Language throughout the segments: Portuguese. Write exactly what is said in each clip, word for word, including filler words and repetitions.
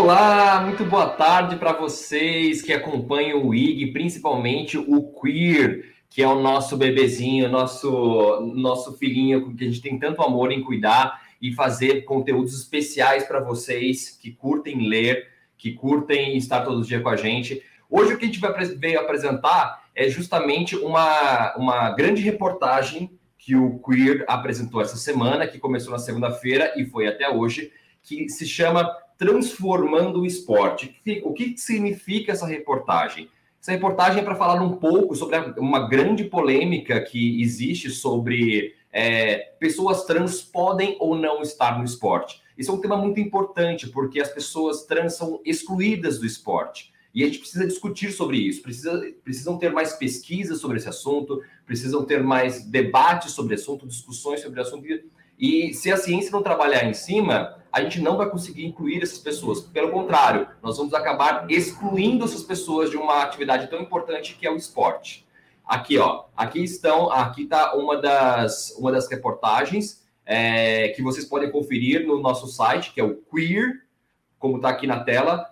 Olá, muito boa tarde para vocês que acompanham o I G, principalmente o Queer, que é o nosso bebezinho, nosso, nosso filhinho, que a gente tem tanto amor em cuidar e fazer conteúdos especiais para vocês que curtem ler, que curtem estar todo dia com a gente. Hoje o que a gente vai veio apresentar é justamente uma, uma grande reportagem que o Queer apresentou essa semana, que começou na segunda-feira e foi até hoje, que se chama Transformando o Esporte. O que significa essa reportagem? Essa reportagem é para falar um pouco sobre uma grande polêmica que existe sobre é, pessoas trans podem ou não estar no esporte. Isso é um tema muito importante, porque as pessoas trans são excluídas do esporte. E a gente precisa discutir sobre isso, precisa, precisam ter mais pesquisas sobre esse assunto, precisam ter mais debates sobre o assunto, discussões sobre o assunto. E se a ciência não trabalhar em cima, a gente não vai conseguir incluir essas pessoas. Pelo contrário, nós vamos acabar excluindo essas pessoas de uma atividade tão importante que é o esporte. Aqui, ó, aqui estão, aqui está uma das, uma das reportagens é, que vocês podem conferir no nosso site, que é o Queer, como está aqui na tela,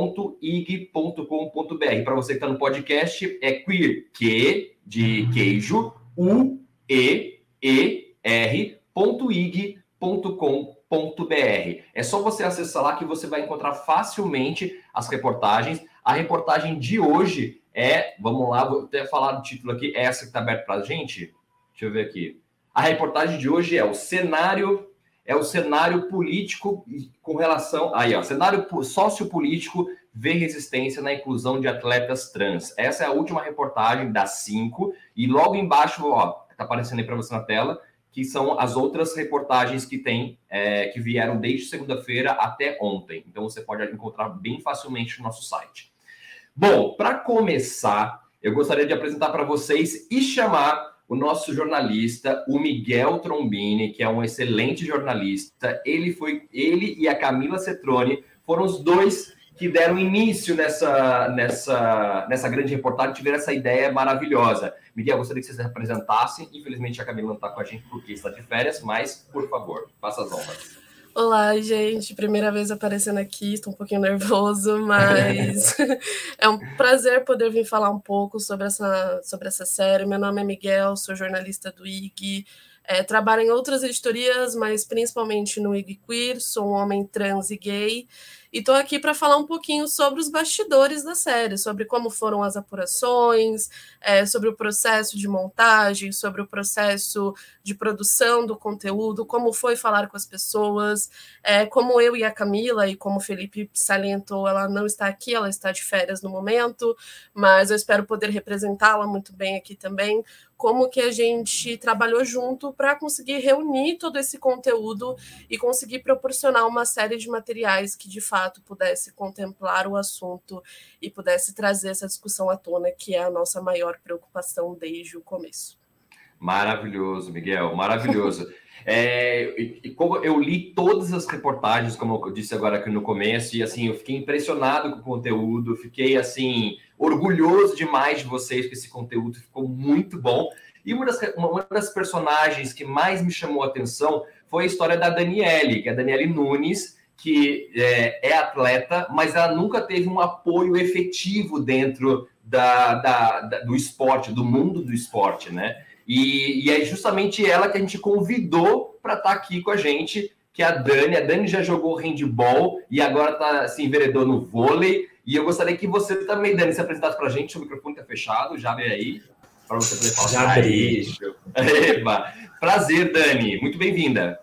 .ig ponto com ponto br. Para você que está no podcast, é Queer, Q de queijo, U, E, E, R, .ig ponto com ponto br. É só você acessar lá que você vai encontrar facilmente as reportagens. A reportagem de hoje é, vamos lá, vou até falar do título aqui, essa que está aberta para a gente. Deixa eu ver aqui. A reportagem de hoje é o cenário, é o cenário político com relação... Aí, ó, cenário sociopolítico vê resistência na inclusão de atletas trans. Essa é a última reportagem das cinco. E logo embaixo, ó, está aparecendo aí para você na tela, que são as outras reportagens que tem, é, que vieram desde segunda-feira até ontem. Então, você pode encontrar bem facilmente no nosso site. Bom, para começar, eu gostaria de apresentar para vocês e chamar o nosso jornalista, o Miguel Trombini, que é um excelente jornalista. Ele, foi, ele e a Camila Cetrone foram os dois que deram início nessa, nessa, nessa grande reportagem, tiveram essa ideia maravilhosa. Miguel, gostaria que vocês se apresentassem. Infelizmente, a Camila não está com a gente porque está de férias, mas, por favor, faça as honras. Olá, gente. Primeira vez aparecendo aqui, estou um pouquinho nervoso, mas é um prazer poder vir falar um pouco sobre essa, sobre essa série. Meu nome é Miguel, sou jornalista do I G, é, trabalho em outras editorias, mas principalmente no I G Queer, sou um homem trans e gay, e estou aqui para falar um pouquinho sobre os bastidores da série, sobre como foram as apurações, é, sobre o processo de montagem, sobre o processo de produção do conteúdo, como foi falar com as pessoas, é, como eu e a Camila, e como o Felipe salientou, ela não está aqui, ela está de férias no momento, mas eu espero poder representá-la muito bem aqui também, como que a gente trabalhou junto para conseguir reunir todo esse conteúdo e conseguir proporcionar uma série de materiais que, de fato, pudesse contemplar o assunto e pudesse trazer essa discussão à tona, que é a nossa maior preocupação desde o começo. Maravilhoso, Miguel, maravilhoso. É, e como eu li todas as reportagens, como eu disse agora aqui no começo, e assim, eu fiquei impressionado com o conteúdo, fiquei assim, orgulhoso demais de vocês, porque esse conteúdo ficou muito bom. E uma das, uma das personagens que mais me chamou a atenção foi a história da Daniele, que é a Daniele Nunes, que é, é atleta, mas ela nunca teve um apoio efetivo dentro da, da, da, do esporte, do mundo do esporte, né? E, e é justamente ela que a gente convidou para estar aqui com a gente, que é a Dani. A Dani já jogou handball e agora tá, se enveredou no vôlei. E eu gostaria que você também, Dani, se apresentasse para a gente. O microfone está fechado, já vem aí, para você poder falar. Já abri. Eba. Prazer, Dani. Muito bem-vinda.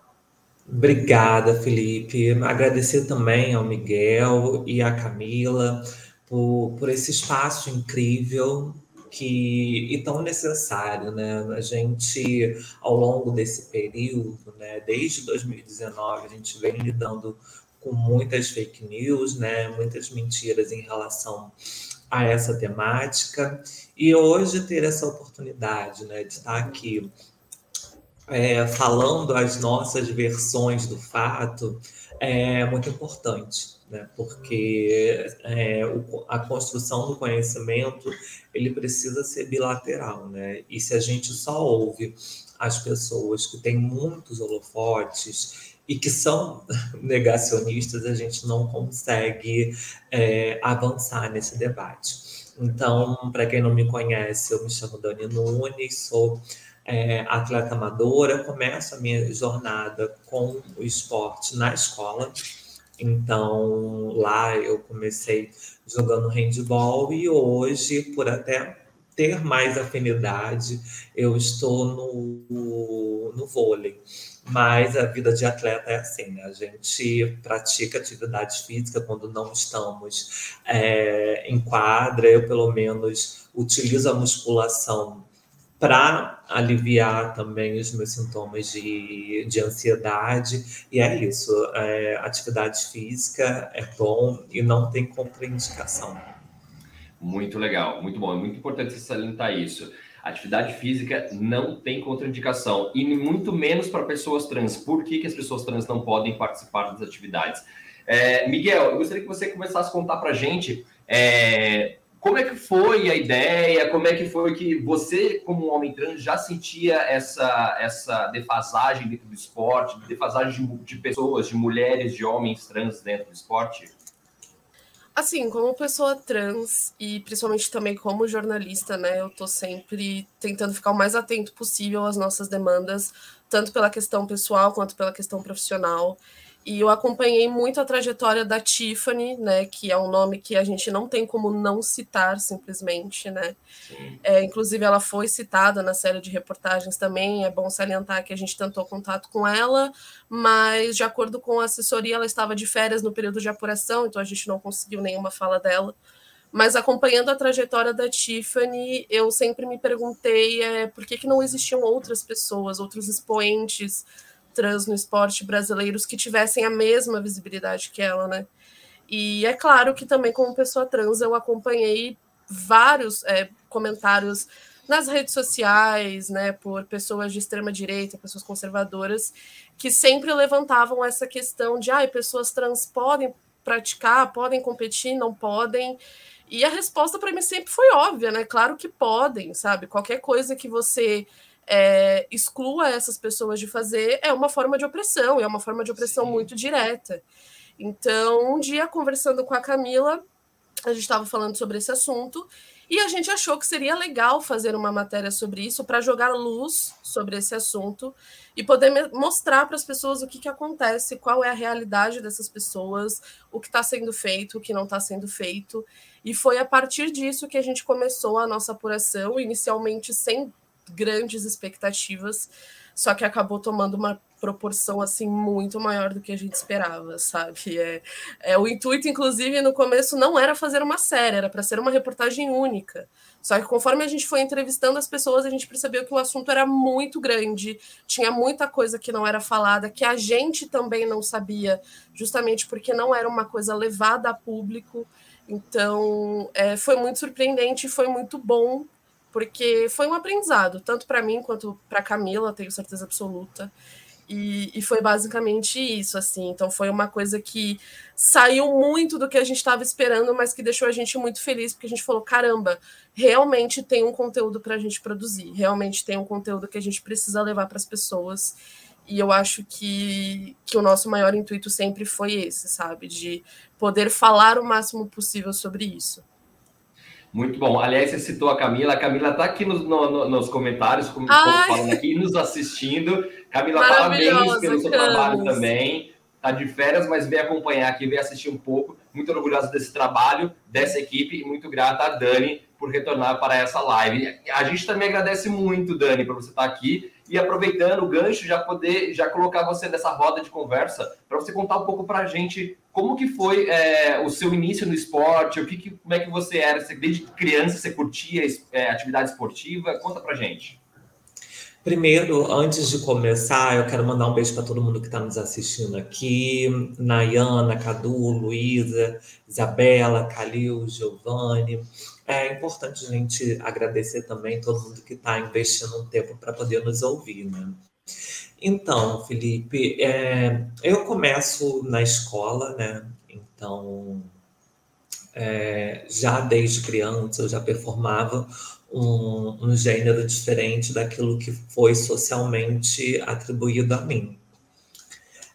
Obrigada, Felipe. Agradecer também ao Miguel e à Camila por, por esse espaço incrível que, e tão necessário, né? A gente, ao longo desse período, né, desde dois mil e dezenove, a gente vem lidando com muitas fake news, né, muitas mentiras em relação a essa temática, e hoje ter essa oportunidade, né, de estar aqui é, falando as nossas versões do fato é muito importante, né? Porque é, o, a construção do conhecimento ele precisa ser bilateral, né? E se a gente só ouve as pessoas que têm muitos holofotes e que são negacionistas, a gente não consegue é, avançar nesse debate. Então, para quem não me conhece, eu me chamo Dani Nunes, sou é, atleta amadora, começo a minha jornada com o esporte na escola. Então, lá eu comecei jogando handball e hoje, por até ter mais afinidade, eu estou no, no vôlei. Mas a vida de atleta é assim, né? A gente pratica atividade física quando não estamos é, em quadra. Eu, pelo menos, utilizo a musculação para aliviar também os meus sintomas de, de ansiedade. E é isso, é, atividade física é bom e não tem contraindicação. Muito legal, muito bom. É muito importante você salientar isso. Atividade física não tem contraindicação, e muito menos para pessoas trans. Por que, que as pessoas trans não podem participar das atividades? É, Miguel, eu gostaria que você começasse a contar para a gente é, como é que foi a ideia, como é que foi que você, como um homem trans, já sentia essa, essa defasagem dentro do esporte, defasagem de, de pessoas, de mulheres, de homens trans dentro do esporte? Assim, como pessoa trans e principalmente também como jornalista, né, eu tô sempre tentando ficar o mais atento possível às nossas demandas, tanto pela questão pessoal quanto pela questão profissional. E eu acompanhei muito a trajetória da Tiffany, né, que é um nome que a gente não tem como não citar simplesmente, né. É, inclusive, ela foi citada na série de reportagens também. É bom salientar que a gente tentou contato com ela, mas, de acordo com a assessoria, ela estava de férias no período de apuração, então a gente não conseguiu nenhuma fala dela. Mas, acompanhando a trajetória da Tiffany, eu sempre me perguntei é, por que, que não existiam outras pessoas, outros expoentes trans no esporte brasileiros que tivessem a mesma visibilidade que ela, né? E é claro que também, como pessoa trans, eu acompanhei vários é, comentários nas redes sociais, né, por pessoas de extrema direita, pessoas conservadoras, que sempre levantavam essa questão de ah, pessoas trans podem praticar, podem competir, não podem. E a resposta para mim sempre foi óbvia, né? Claro que podem, sabe? Qualquer coisa que você é, exclua essas pessoas de fazer é uma forma de opressão, é uma forma de opressão Sim. muito direta. Então, um dia, conversando com a Camila, a gente estava falando sobre esse assunto e a gente achou que seria legal fazer uma matéria sobre isso para jogar luz sobre esse assunto e poder mostrar para as pessoas o que, que acontece, qual é a realidade dessas pessoas, o que está sendo feito, o que não está sendo feito. E foi a partir disso que a gente começou a nossa apuração, inicialmente sem grandes expectativas, só que acabou tomando uma proporção assim muito maior do que a gente esperava, sabe? É, é, o intuito, inclusive, no começo não era fazer uma série, era para ser uma reportagem única. Só que conforme a gente foi entrevistando as pessoas, a gente percebeu que o assunto era muito grande, tinha muita coisa que não era falada, que a gente também não sabia, justamente porque não era uma coisa levada a público. Então, é, foi muito surpreendente e foi muito bom, porque foi um aprendizado, tanto para mim quanto para a Camila, tenho certeza absoluta. E, e foi basicamente isso, assim. Então foi uma coisa que saiu muito do que a gente estava esperando, mas que deixou a gente muito feliz, porque a gente falou, caramba, realmente tem um conteúdo para a gente produzir, realmente tem um conteúdo que a gente precisa levar para as pessoas. E eu acho que, que o nosso maior intuito sempre foi esse, sabe? De poder falar o máximo possível sobre isso. Muito bom. Aliás, você citou a Camila. A Camila está aqui no, no, nos comentários, como falando aqui, nos assistindo. Camila, parabéns pelo seu Camis. trabalho também. Está de férias, mas veio acompanhar aqui, veio assistir um pouco. Muito orgulhosa desse trabalho, dessa equipe, e muito grata a Dani por retornar para essa live. A gente também agradece muito, Dani, por você estar aqui. E aproveitando o gancho, já poder já colocar você nessa roda de conversa, para você contar um pouco para a gente como que foi é, o seu início no esporte, o que, que, como é que você era, você, desde criança você curtia é, atividade esportiva? Conta para a gente. Primeiro, antes de começar, eu quero mandar um beijo para todo mundo que está nos assistindo aqui. Nayana, Cadu, Luísa, Isabela, Calil, Giovanni. É importante a gente agradecer também todo mundo que está investindo um tempo para poder nos ouvir, né? Então, Felipe, é, eu começo na escola, né? Então, é, já desde criança eu já performava um, um gênero diferente daquilo que foi socialmente atribuído a mim.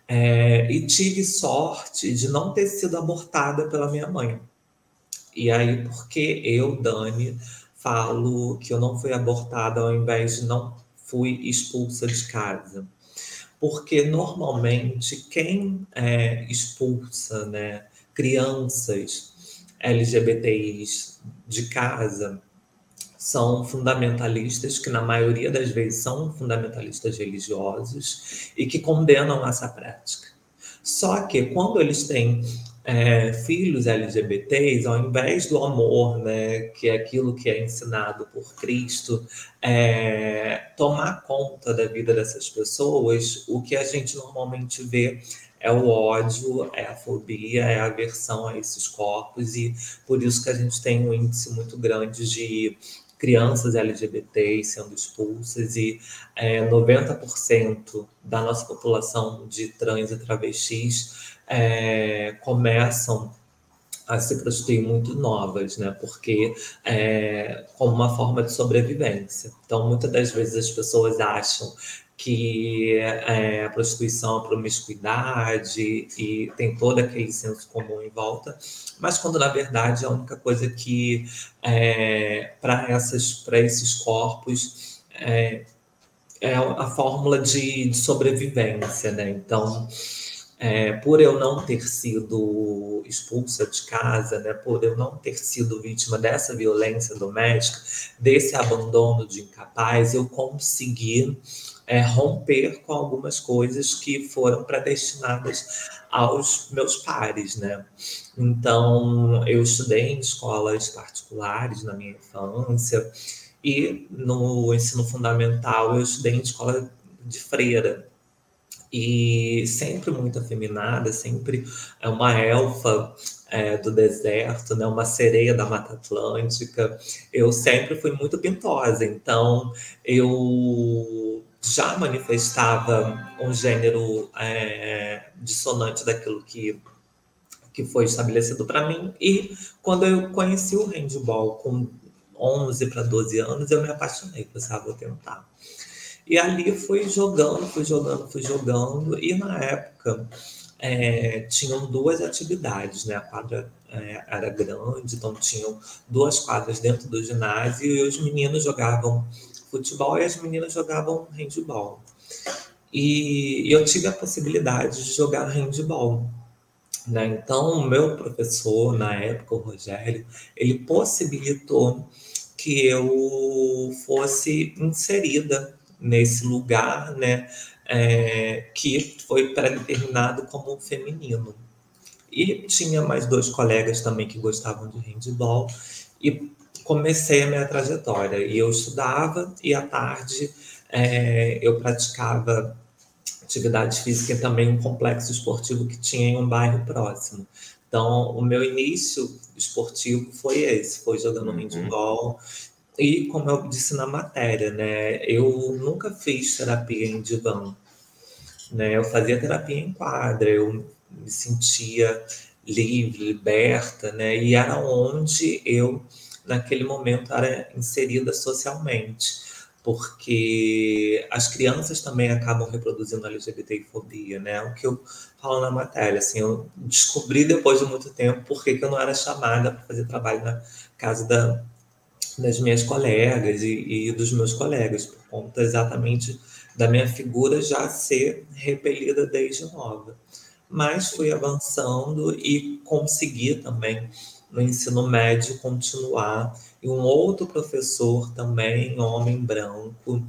É, e tive sorte de não ter sido abortada pela minha mãe. E aí, porque eu, Dani, falo que eu não fui abortada ao invés de não fui expulsa de casa? Porque normalmente quem é, expulsa, né, crianças L G B T Is de casa são fundamentalistas, que na maioria das vezes são fundamentalistas religiosos e que condenam essa prática. Só que quando eles têm é, filhos L G B T s, ao invés do amor, né, que é aquilo que é ensinado por Cristo, é, tomar conta da vida dessas pessoas, o que a gente normalmente vê é o ódio, é a fobia, é a aversão a esses corpos, e por isso que a gente tem um índice muito grande de crianças L G B T s sendo expulsas, e é, noventa por cento da nossa população de trans e travestis é, começam a se prostituir muito novas, né? Porque é, como uma forma de sobrevivência. Então, muitas das vezes as pessoas acham que é, a prostituição é promiscuidade e tem todo aquele senso comum em volta, mas quando na verdade a única coisa que é, para essas para esses corpos é, é a fórmula de, de sobrevivência, né? Então, é, por eu não ter sido expulsa de casa, né, por eu não ter sido vítima dessa violência doméstica, desse abandono de incapaz, eu consegui é, romper com algumas coisas que foram predestinadas aos meus pares, né? Então, eu estudei em escolas particulares na minha infância e no ensino fundamental eu estudei em escola de freira. E sempre muito afeminada, sempre é uma elfa é, do deserto, né? Uma sereia da Mata Atlântica. Eu sempre fui muito pintosa, então eu já manifestava um gênero é, dissonante daquilo que, que foi estabelecido para mim. E quando eu conheci o handball com onze para doze anos, eu me apaixonei, pensei, ah, vou tentar. E ali fui jogando, fui jogando, fui jogando. E na época é, tinham duas atividades, né? A quadra é, era grande, então tinham duas quadras dentro do ginásio e os meninos jogavam futebol e as meninas jogavam handball. E eu tive a possibilidade de jogar handball, né? Então o meu professor, na época, o Rogério, ele possibilitou que eu fosse inserida nesse lugar, né, é, que foi pré-determinado como feminino. E tinha mais dois colegas também que gostavam de handball, e comecei a minha trajetória. E eu estudava, e à tarde é, eu praticava atividade física e também um complexo esportivo que tinha em um bairro próximo. Então, o meu início esportivo foi esse, foi jogando uhum. handball. E como eu disse na matéria, né, eu nunca fiz terapia em divã, né, eu fazia terapia em quadra, eu me sentia livre, liberta, né, e era onde eu, naquele momento, era inserida socialmente, porque as crianças também acabam reproduzindo a L G B T fobia, né, o que eu falo na matéria, assim, eu descobri depois de muito tempo por que eu não era chamada para fazer trabalho na casa da das minhas colegas e, e dos meus colegas, por conta exatamente da minha figura já ser repelida desde nova. Mas fui avançando e consegui também, no ensino médio, continuar. E um outro professor também, homem branco,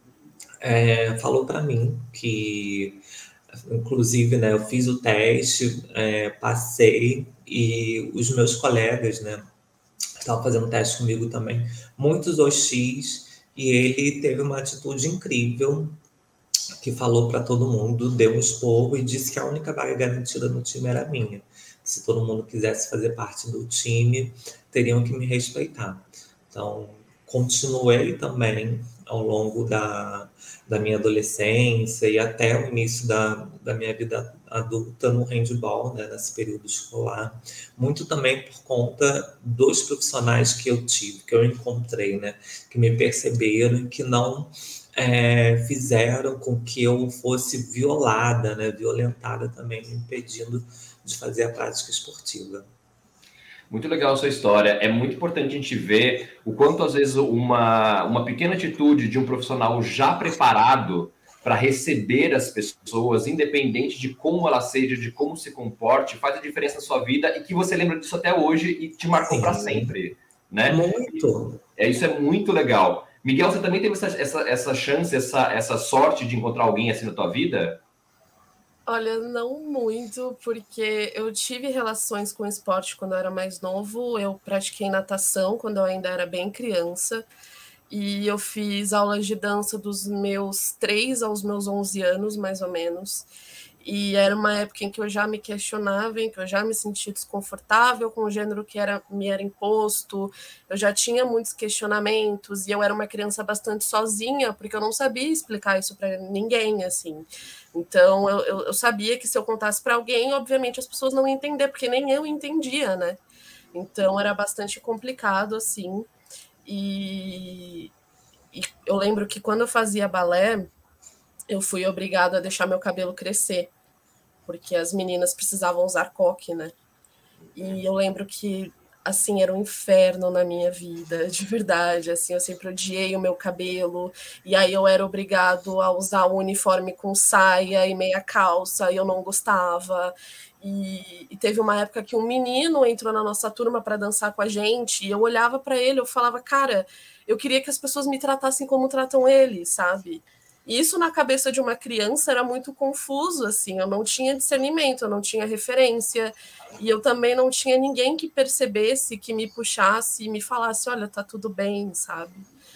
é, falou para mim que, inclusive, né, eu fiz o teste, é, passei, e os meus colegas, né, estava fazendo teste comigo também, muitos hostis, e ele teve uma atitude incrível, que falou para todo mundo, deu um esporro e disse que a única vaga garantida no time era minha. Se todo mundo quisesse fazer parte do time, teriam que me respeitar. Então, continuei também ao longo da, da minha adolescência e até o início da, da minha vida adulta no handball, né, nesse período escolar. Muito também por conta dos profissionais que eu tive, que eu encontrei, né, que me perceberam e que não é, fizeram com que eu fosse violada, né, violentada também, me impedindo de fazer a prática esportiva. Muito legal a sua história. É muito importante a gente ver o quanto, às vezes, uma, uma pequena atitude de um profissional já preparado para receber as pessoas, independente de como ela seja, de como se comporte, faz a diferença na sua vida e que você lembra disso até hoje e te marcou para sempre, né? Muito. É, isso é muito legal. Miguel, você também teve essa, essa, essa chance, essa, essa sorte de encontrar alguém assim na tua vida? Olha, não muito, porque eu tive relações com esporte quando eu era mais novo. Eu pratiquei natação quando eu ainda era bem criança. E eu fiz aulas de dança dos meus três aos meus onze anos, mais ou menos. E era uma época em que eu já me questionava, em que eu já me sentia desconfortável com o gênero que era, me era imposto. Eu já tinha muitos questionamentos e eu era uma criança bastante sozinha, porque eu não sabia explicar isso para ninguém, assim. Então, eu, eu, eu sabia que se eu contasse para alguém, obviamente as pessoas não iam entender, porque nem eu entendia, né? Então, era bastante complicado, assim. E, e eu lembro que quando eu fazia balé, eu fui obrigada a deixar meu cabelo crescer, porque as meninas precisavam usar coque, né? E eu lembro que, assim, era um inferno na minha vida, de verdade, assim, eu sempre odiei o meu cabelo, e aí eu era obrigado a usar um uniforme com saia e meia calça, e eu não gostava. E, e teve uma época que um menino entrou na nossa turma para dançar com a gente, e eu olhava para ele, eu falava, cara, eu queria que as pessoas me tratassem como tratam ele, sabe? E isso na cabeça de uma criança era muito confuso, assim, eu não tinha discernimento, eu não tinha referência, e eu também não tinha ninguém que percebesse, que me puxasse e me falasse, olha, tá tudo bem, sabe?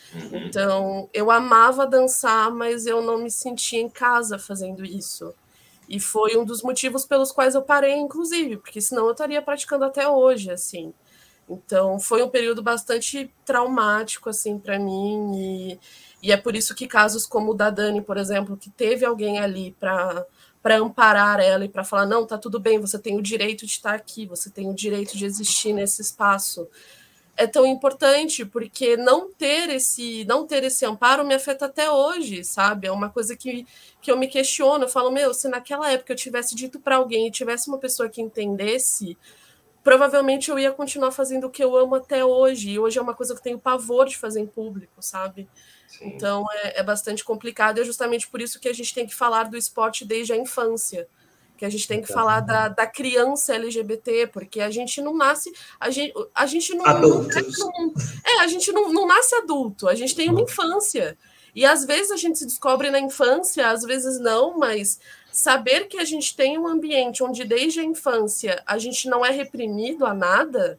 Então, eu amava dançar, mas eu não me sentia em casa fazendo isso. E foi um dos motivos pelos quais eu parei, inclusive, porque senão eu estaria praticando até hoje, assim. Então, foi um período bastante traumático, assim, para mim, e, e é por isso que casos como o da Dani, por exemplo, que teve alguém ali para para amparar ela e para falar, não, tá tudo bem, você tem o direito de estar aqui, você tem o direito de existir nesse espaço, é tão importante, porque não ter esse não ter esse amparo me afeta até hoje, sabe? É uma coisa que, que eu me questiono, eu falo, meu, se naquela época eu tivesse dito para alguém e tivesse uma pessoa que entendesse, provavelmente eu ia continuar fazendo o que eu amo até hoje, e hoje é uma coisa que eu tenho pavor de fazer em público, sabe? Sim. Então é, é bastante complicado, e é justamente por isso que a gente tem que falar do esporte desde a infância, que a gente tem que falar da, da criança L G B T, porque a gente não nasce, a gente, a gente não, Adultos. não é, a gente não, não nasce adulto, a gente tem uma infância, e às vezes a gente se descobre na infância, às vezes não, mas saber que a gente tem um ambiente onde desde a infância a gente não é reprimido a nada,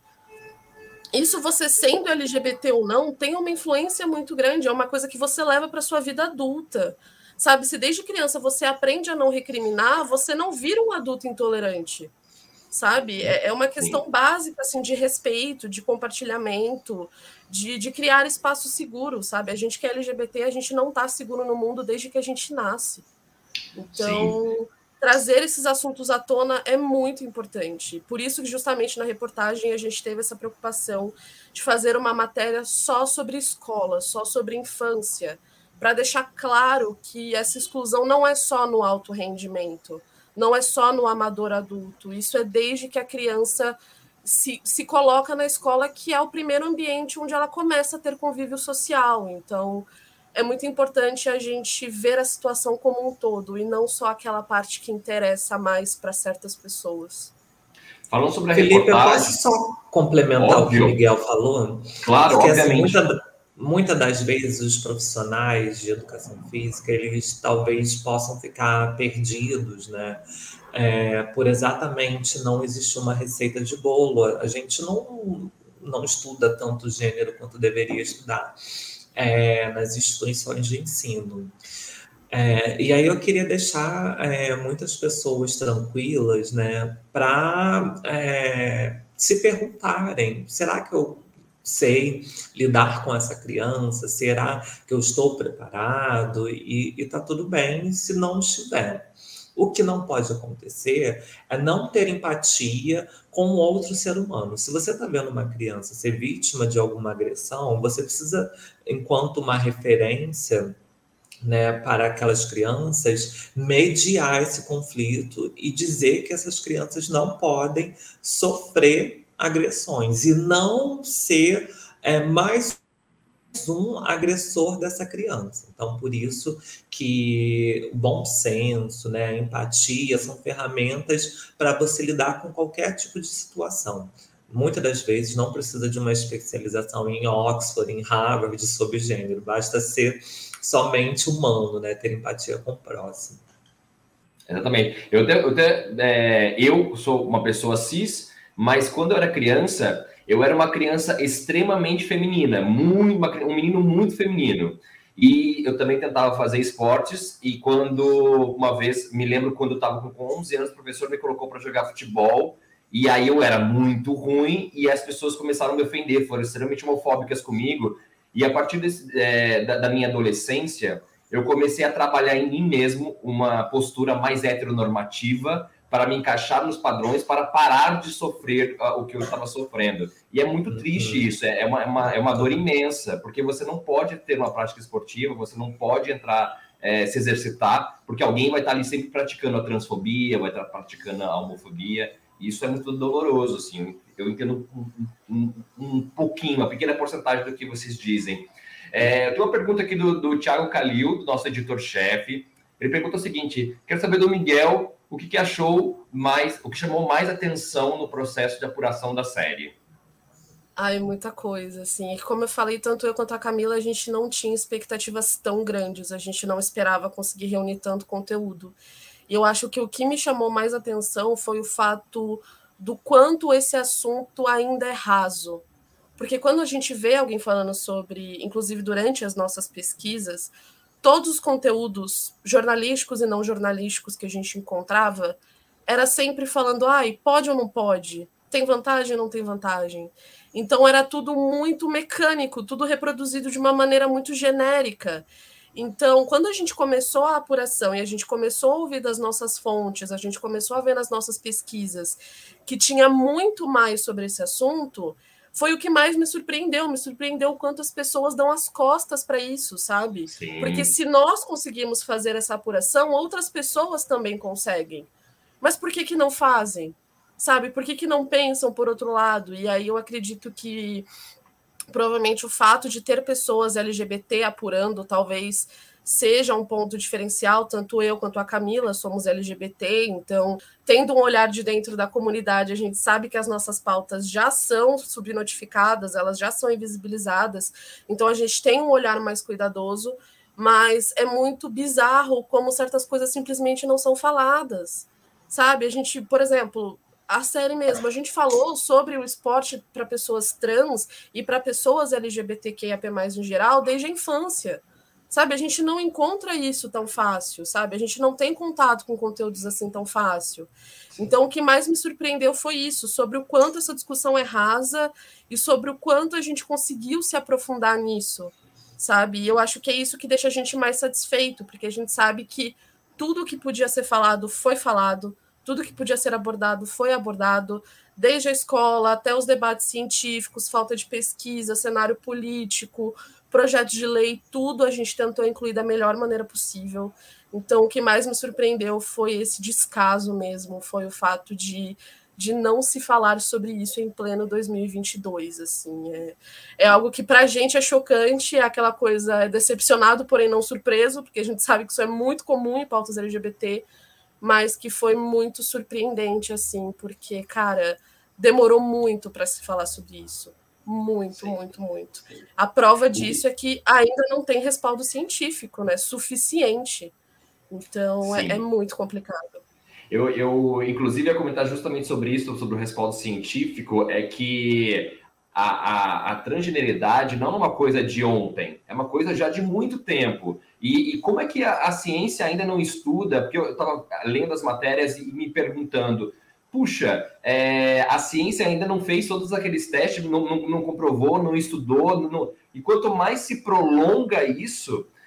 isso, você sendo L G B T ou não, tem uma influência muito grande, é uma coisa que você leva para sua vida adulta, sabe? Se desde criança você aprende a não recriminar, você não vira um adulto intolerante, sabe? É, é uma questão Sim. básica, assim, de respeito, de compartilhamento, de, de criar espaço seguro, sabe? A gente que é L G B T, a gente não está seguro no mundo desde que a gente nasce. Então, Sim. trazer esses assuntos à tona é muito importante. Por isso que justamente na reportagem a gente teve essa preocupação de fazer uma matéria só sobre escola, só sobre infância, para deixar claro que essa exclusão não é só no alto rendimento, não é só no amador adulto, isso é desde que a criança se, se coloca na escola, que é o primeiro ambiente onde ela começa a ter convívio social. Então, é muito importante a gente ver a situação como um todo e não só aquela parte que interessa mais para certas pessoas. Falando sobre a Felipe, reportagem... eu posso só complementar Óbvio. o que o Miguel falou? Claro, Porque, obviamente. Assim, muita, muitas das vezes os profissionais de educação física, eles talvez possam ficar perdidos, né? É, por exatamente não existir uma receita de bolo. A gente não, não estuda tanto gênero quanto deveria estudar. É, nas instituições de ensino. É, e aí eu queria deixar é, muitas pessoas tranquilas, né, para é, se perguntarem, será que eu sei lidar com essa criança? Será que eu estou preparado? E está tudo bem se não estiver. O que não pode acontecer é não ter empatia com outro ser humano. Se você está vendo uma criança ser vítima de alguma agressão, você precisa, enquanto uma referência, né, para aquelas crianças, mediar esse conflito e dizer que essas crianças não podem sofrer agressões e não ser é, mais um agressor dessa criança. Então, por isso que o bom senso, né, a empatia são ferramentas para você lidar com qualquer tipo de situação. Muitas das vezes não precisa de uma especialização em Oxford, em Harvard, sobre gênero. Basta ser somente humano, né, ter empatia com o próximo. Exatamente. Eu, te, eu, te, é, eu sou uma pessoa cis, mas quando eu era criança, eu era uma criança extremamente feminina, muito, uma, um menino muito feminino. E eu também tentava fazer esportes, e quando, uma vez, me lembro quando eu estava com onze anos, o professor me colocou para jogar futebol, e aí eu era muito ruim, e as pessoas começaram a me ofender, foram extremamente homofóbicas comigo, e a partir desse, é, da, da minha adolescência, eu comecei a trabalhar em mim mesmo uma postura mais heteronormativa para me encaixar nos padrões, para parar de sofrer uh, o que eu estava sofrendo. E é muito triste isso, é uma, é, uma, é uma dor imensa, porque você não pode ter uma prática esportiva, você não pode entrar, é, se exercitar, porque alguém vai estar ali sempre praticando a transfobia, vai estar praticando a homofobia, e isso é muito doloroso, assim. Eu entendo um, um, um pouquinho, uma pequena porcentagem do que vocês dizem. É, tem uma pergunta aqui do, do Thiago Calil, do nosso editor-chefe. Ele pergunta o seguinte: quero saber do Miguel o que, que achou mais, o que chamou mais atenção no processo de apuração da série. Ai, muita coisa, assim. E como eu falei, tanto eu quanto a Camila, a gente não tinha expectativas tão grandes, a gente não esperava conseguir reunir tanto conteúdo. E eu acho que o que me chamou mais atenção foi o fato do quanto esse assunto ainda é raso. Porque quando a gente vê alguém falando sobre, inclusive durante as nossas pesquisas, todos os conteúdos jornalísticos e não jornalísticos que a gente encontrava, era sempre falando, ai, pode ou não pode? Tem vantagem ou não tem vantagem? Então era tudo muito mecânico, tudo reproduzido de uma maneira muito genérica. Então, quando a gente começou a apuração e a gente começou a ouvir das nossas fontes, a gente começou a ver nas nossas pesquisas que tinha muito mais sobre esse assunto, foi o que mais me surpreendeu. Me surpreendeu o quanto as pessoas dão as costas para isso, sabe? Sim. Porque se nós conseguimos fazer essa apuração, outras pessoas também conseguem. Mas por que que não fazem? Sabe? Por que que não pensam por outro lado? E aí eu acredito que provavelmente o fato de ter pessoas L G B T apurando talvez seja um ponto diferencial, tanto eu quanto a Camila somos L G B T, então, tendo um olhar de dentro da comunidade, a gente sabe que as nossas pautas já são subnotificadas, elas já são invisibilizadas, então a gente tem um olhar mais cuidadoso, mas é muito bizarro como certas coisas simplesmente não são faladas, sabe? A gente, por exemplo, a série mesmo, a gente falou sobre o esporte para pessoas trans e para pessoas L G B T Q I A P mais, em geral, desde a infância. Sabe, a gente não encontra isso tão fácil, sabe? A gente não tem contato com conteúdos assim tão fácil. Então, o que mais me surpreendeu foi isso, sobre o quanto essa discussão é rasa e sobre o quanto a gente conseguiu se aprofundar nisso, sabe? E eu acho que é isso que deixa a gente mais satisfeito, porque a gente sabe que tudo que podia ser falado foi falado, tudo que podia ser abordado foi abordado, desde a escola até os debates científicos, falta de pesquisa, cenário político, projetos de lei, tudo a gente tentou incluir da melhor maneira possível. Então, o que mais me surpreendeu foi esse descaso mesmo, foi o fato de, de não se falar sobre isso em pleno dois mil e vinte e dois. Assim, é, é algo que para a gente é chocante, é aquela coisa, é decepcionado, porém não surpreso, porque a gente sabe que isso é muito comum em pautas L G B T, mas que foi muito surpreendente, assim, porque, cara, demorou muito para se falar sobre isso. Muito, Sim. muito, muito. A prova disso é que ainda não tem respaldo científico, né? Suficiente. Então, é, é muito complicado. Eu, eu, inclusive, ia comentar justamente sobre isso, sobre o respaldo científico, é que a, a, a transgeneridade não é uma coisa de ontem, é uma coisa já de muito tempo. E, e como é que a, a ciência ainda não estuda? Porque eu estava lendo as matérias e me perguntando, puxa, é, a ciência ainda não fez todos aqueles testes, não, não, não comprovou, não estudou, não... e quanto mais se prolonga isso,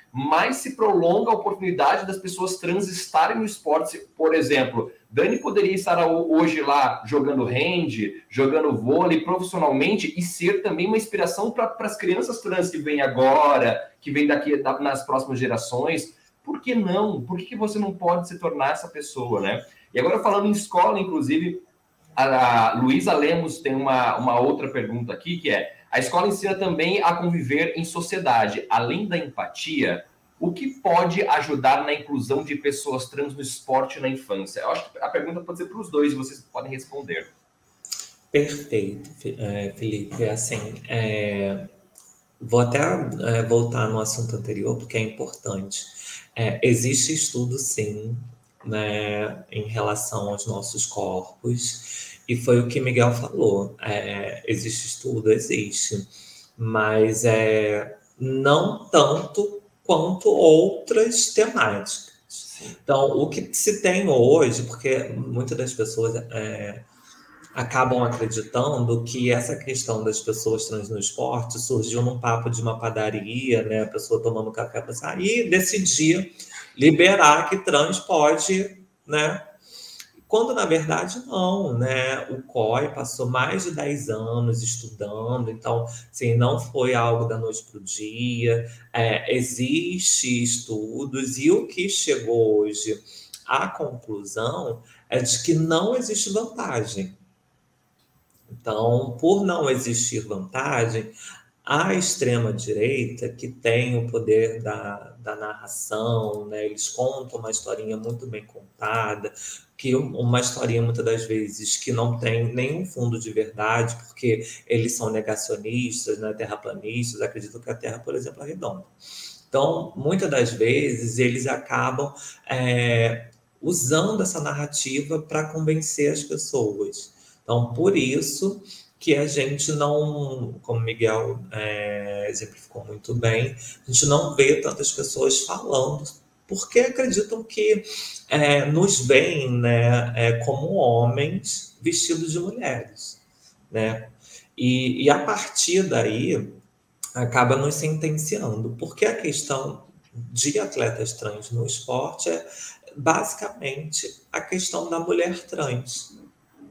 mais se prolonga a oportunidade das pessoas trans estarem no esporte. Por exemplo, Dani poderia estar hoje lá jogando hand, jogando vôlei profissionalmente e ser também uma inspiração para as crianças trans que vêm agora, que vêm daqui nas próximas gerações. Por que não? Por que você não pode se tornar essa pessoa, né? E agora, falando em escola, inclusive, a Luísa Lemos tem uma, uma outra pergunta aqui, que é: a escola ensina também a conviver em sociedade. Além da empatia, o que pode ajudar na inclusão de pessoas trans no esporte na infância? Eu acho que a pergunta pode ser para os dois, vocês podem responder. Perfeito, Felipe. Assim, é... vou até é, voltar no assunto anterior, porque é importante. É, existe estudo, sim, né, em relação aos nossos corpos, e foi o que Miguel falou. É, existe estudo, existe, mas é, não tanto quanto outras temáticas. Então, o que se tem hoje, porque muitas das pessoas é, acabam acreditando que essa questão das pessoas trans no esporte surgiu num papo de uma padaria, né? A pessoa tomando café para sair e decidir liberar que trans pode, né? Quando, na verdade, não, né? O C O I passou mais de dez anos estudando, então, assim, não foi algo da noite para o dia. É, existe estudos, e o que chegou hoje à conclusão é de que não existe vantagem. Então, por não existir vantagem, a extrema-direita, que tem o poder da, da narração, né? Eles contam uma historinha muito bem contada, que uma historinha, muitas das vezes, que não tem nenhum fundo de verdade, porque eles são negacionistas, né? Terraplanistas, acreditam que a Terra, por exemplo, é redonda. Então, muitas das vezes, eles acabam é, usando essa narrativa para convencer as pessoas. Então, por isso que a gente não, como o Miguel é, exemplificou muito bem, a gente não vê tantas pessoas falando, porque acreditam que é, nos veem, né, é, como homens vestidos de mulheres, né? E, e a partir daí acaba nos sentenciando, porque a questão de atletas trans no esporte é basicamente a questão da mulher trans.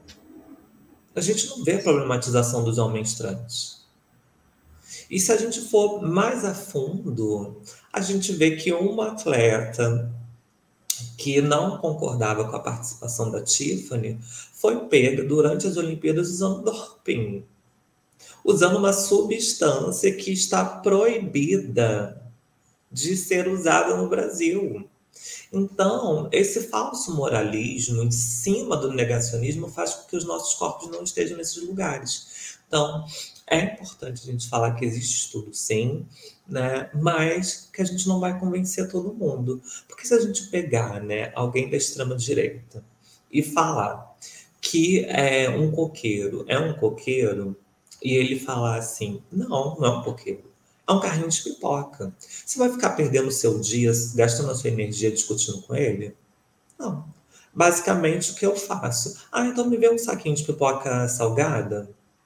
A gente não vê a problematização dos homens trans. E se a gente for mais a fundo, a gente vê que uma atleta que não concordava com a participação da Tiffany foi pega durante as Olimpíadas usando doping, usando uma substância que está proibida de ser usada no Brasil. Então, esse falso moralismo em cima do negacionismo faz com que os nossos corpos não estejam nesses lugares. Então, é importante a gente falar que existe estudo, sim, né? Mas que a gente não vai convencer todo mundo. Porque se a gente pegar, né, alguém da extrema-direita e falar que é um coqueiro é um coqueiro, e ele falar assim, não, não é um coqueiro, é um carrinho de pipoca. Você vai ficar perdendo o seu dia, gastando a sua energia discutindo com ele? Não. Basicamente, o que eu faço? Ah, então me vê um saquinho de pipoca salgada?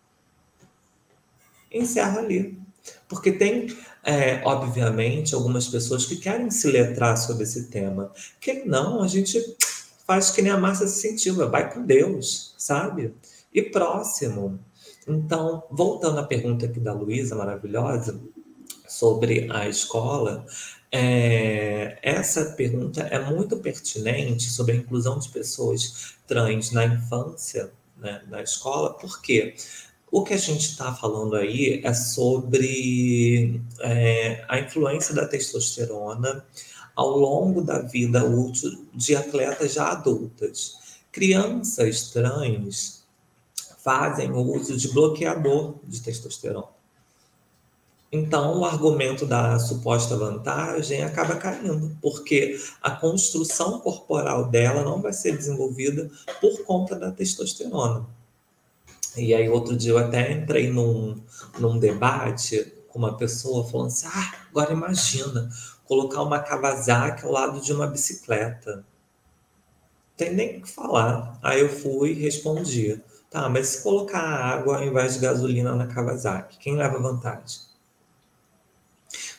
Encerro ali. Porque tem, é, obviamente, algumas pessoas que querem se letrar sobre esse tema. Que não, a gente faz que nem a Márcia Sentiu, vai com Deus, sabe? E próximo. Então, voltando à pergunta aqui da Luísa, maravilhosa, sobre a escola, é, essa pergunta é muito pertinente sobre a inclusão de pessoas trans na infância, né, na escola, porque o que a gente está falando aí é sobre é, a influência da testosterona ao longo da vida útil de atletas já adultas. Crianças trans fazem uso de bloqueador de testosterona. Então, o argumento da suposta vantagem acaba caindo, porque a construção corporal dela não vai ser desenvolvida por conta da testosterona. E aí, outro dia, eu até entrei num, num debate com uma pessoa falando assim, ah, agora imagina, colocar uma Kawasaki ao lado de uma bicicleta. Não tem nem o que falar. Aí eu fui e respondi, tá, mas se colocar água ao invés de gasolina na Kawasaki, quem leva vantagem?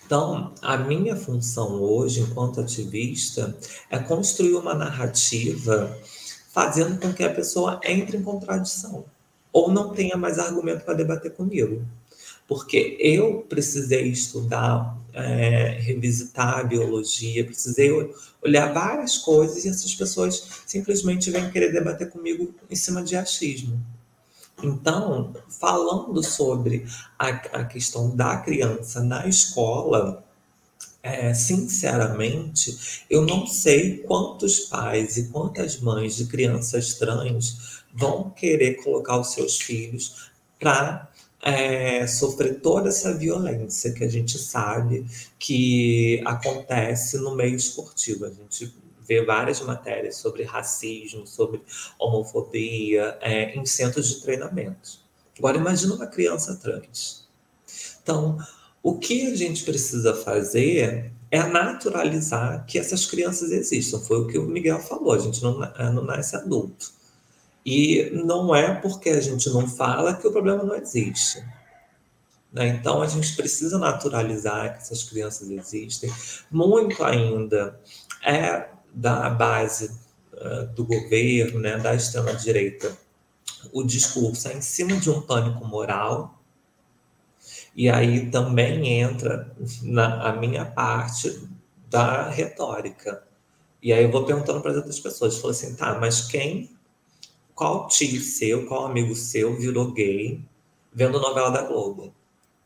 Então, a minha função hoje, enquanto ativista, é construir uma narrativa fazendo com que a pessoa entre em contradição ou não tenha mais argumento para debater comigo. Porque eu precisei estudar, é, revisitar a biologia, precisei olhar várias coisas e essas pessoas simplesmente vêm querer debater comigo em cima de achismo. Então, falando sobre a, a questão da criança na escola, é, sinceramente, eu não sei quantos pais e quantas mães de crianças trans vão querer colocar os seus filhos para é, sofrer toda essa violência que a gente sabe que acontece no meio esportivo. A gente vê várias matérias sobre racismo, sobre homofobia, é, em centros de treinamento. Agora, imagina uma criança trans. Então, o que a gente precisa fazer é naturalizar que essas crianças existam. Foi o que o Miguel falou, a gente não, não nasce adulto. E não é porque a gente não fala que o problema não existe. Né? Então, a gente precisa naturalizar que essas crianças existem. Muito ainda é da base uh, do governo, né, da extrema-direita, o discurso é em cima de um pânico moral. E aí também entra na a minha parte da retórica. E aí eu vou perguntando para as outras pessoas, falo assim, tá, mas quem, qual tio seu, qual amigo seu virou gay vendo novela da Globo?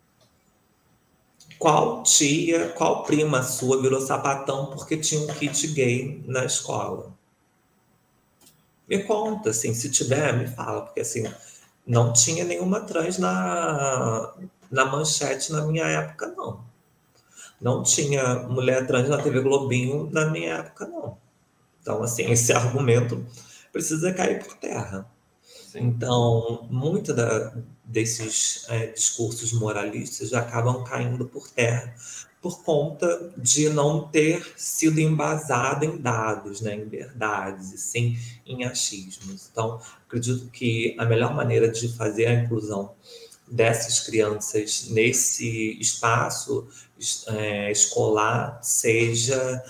Qual tia, qual prima sua virou sapatão porque tinha um kit gay na escola? Me conta, assim, se tiver, me fala, porque assim, não tinha nenhuma trans na, na manchete na minha época, não. Não tinha mulher trans na T V Globinho na minha época, não. Então, assim, esse argumento precisa cair por terra. Sim. Então, muito da, desses é, discursos moralistas já acabam caindo por terra por conta de não ter sido embasado em dados, né, em verdades, e sim em achismos. Então, acredito que a melhor maneira de fazer a inclusão dessas crianças nesse espaço é, escolar seja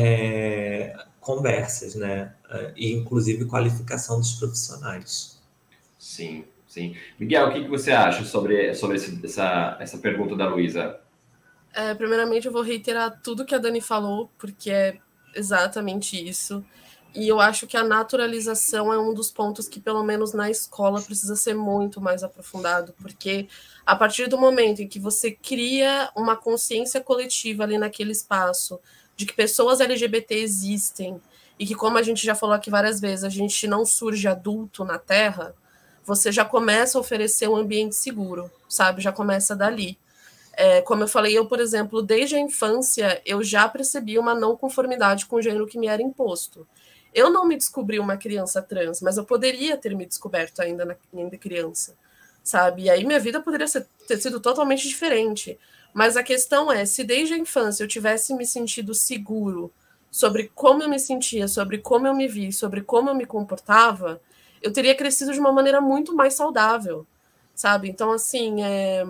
é, conversas, né? E inclusive qualificação dos profissionais. Sim, sim. Miguel, o que, que você acha sobre, sobre esse, essa, essa pergunta da Luísa? É, primeiramente, eu vou reiterar tudo que a Dani falou, porque é exatamente isso. E eu acho que a naturalização é um dos pontos que, pelo menos na escola, precisa ser muito mais aprofundado, porque a partir do momento em que você cria uma consciência coletiva ali naquele espaço, de que pessoas L G B T existem, e que, como a gente já falou aqui várias vezes, a gente não surge adulto na Terra, você já começa a oferecer um ambiente seguro, sabe? Já começa dali. É, como eu falei, eu, por exemplo, desde a infância, eu já percebi uma não conformidade com o gênero que me era imposto. Eu não me descobri uma criança trans, mas eu poderia ter me descoberto ainda, na, ainda criança, sabe? E aí minha vida poderia ser, ter sido totalmente diferente. Mas a questão é, se desde a infância eu tivesse me sentido seguro sobre como eu me sentia, sobre como eu me vi, sobre como eu me comportava, eu teria crescido de uma maneira muito mais saudável, sabe? Então, assim, é...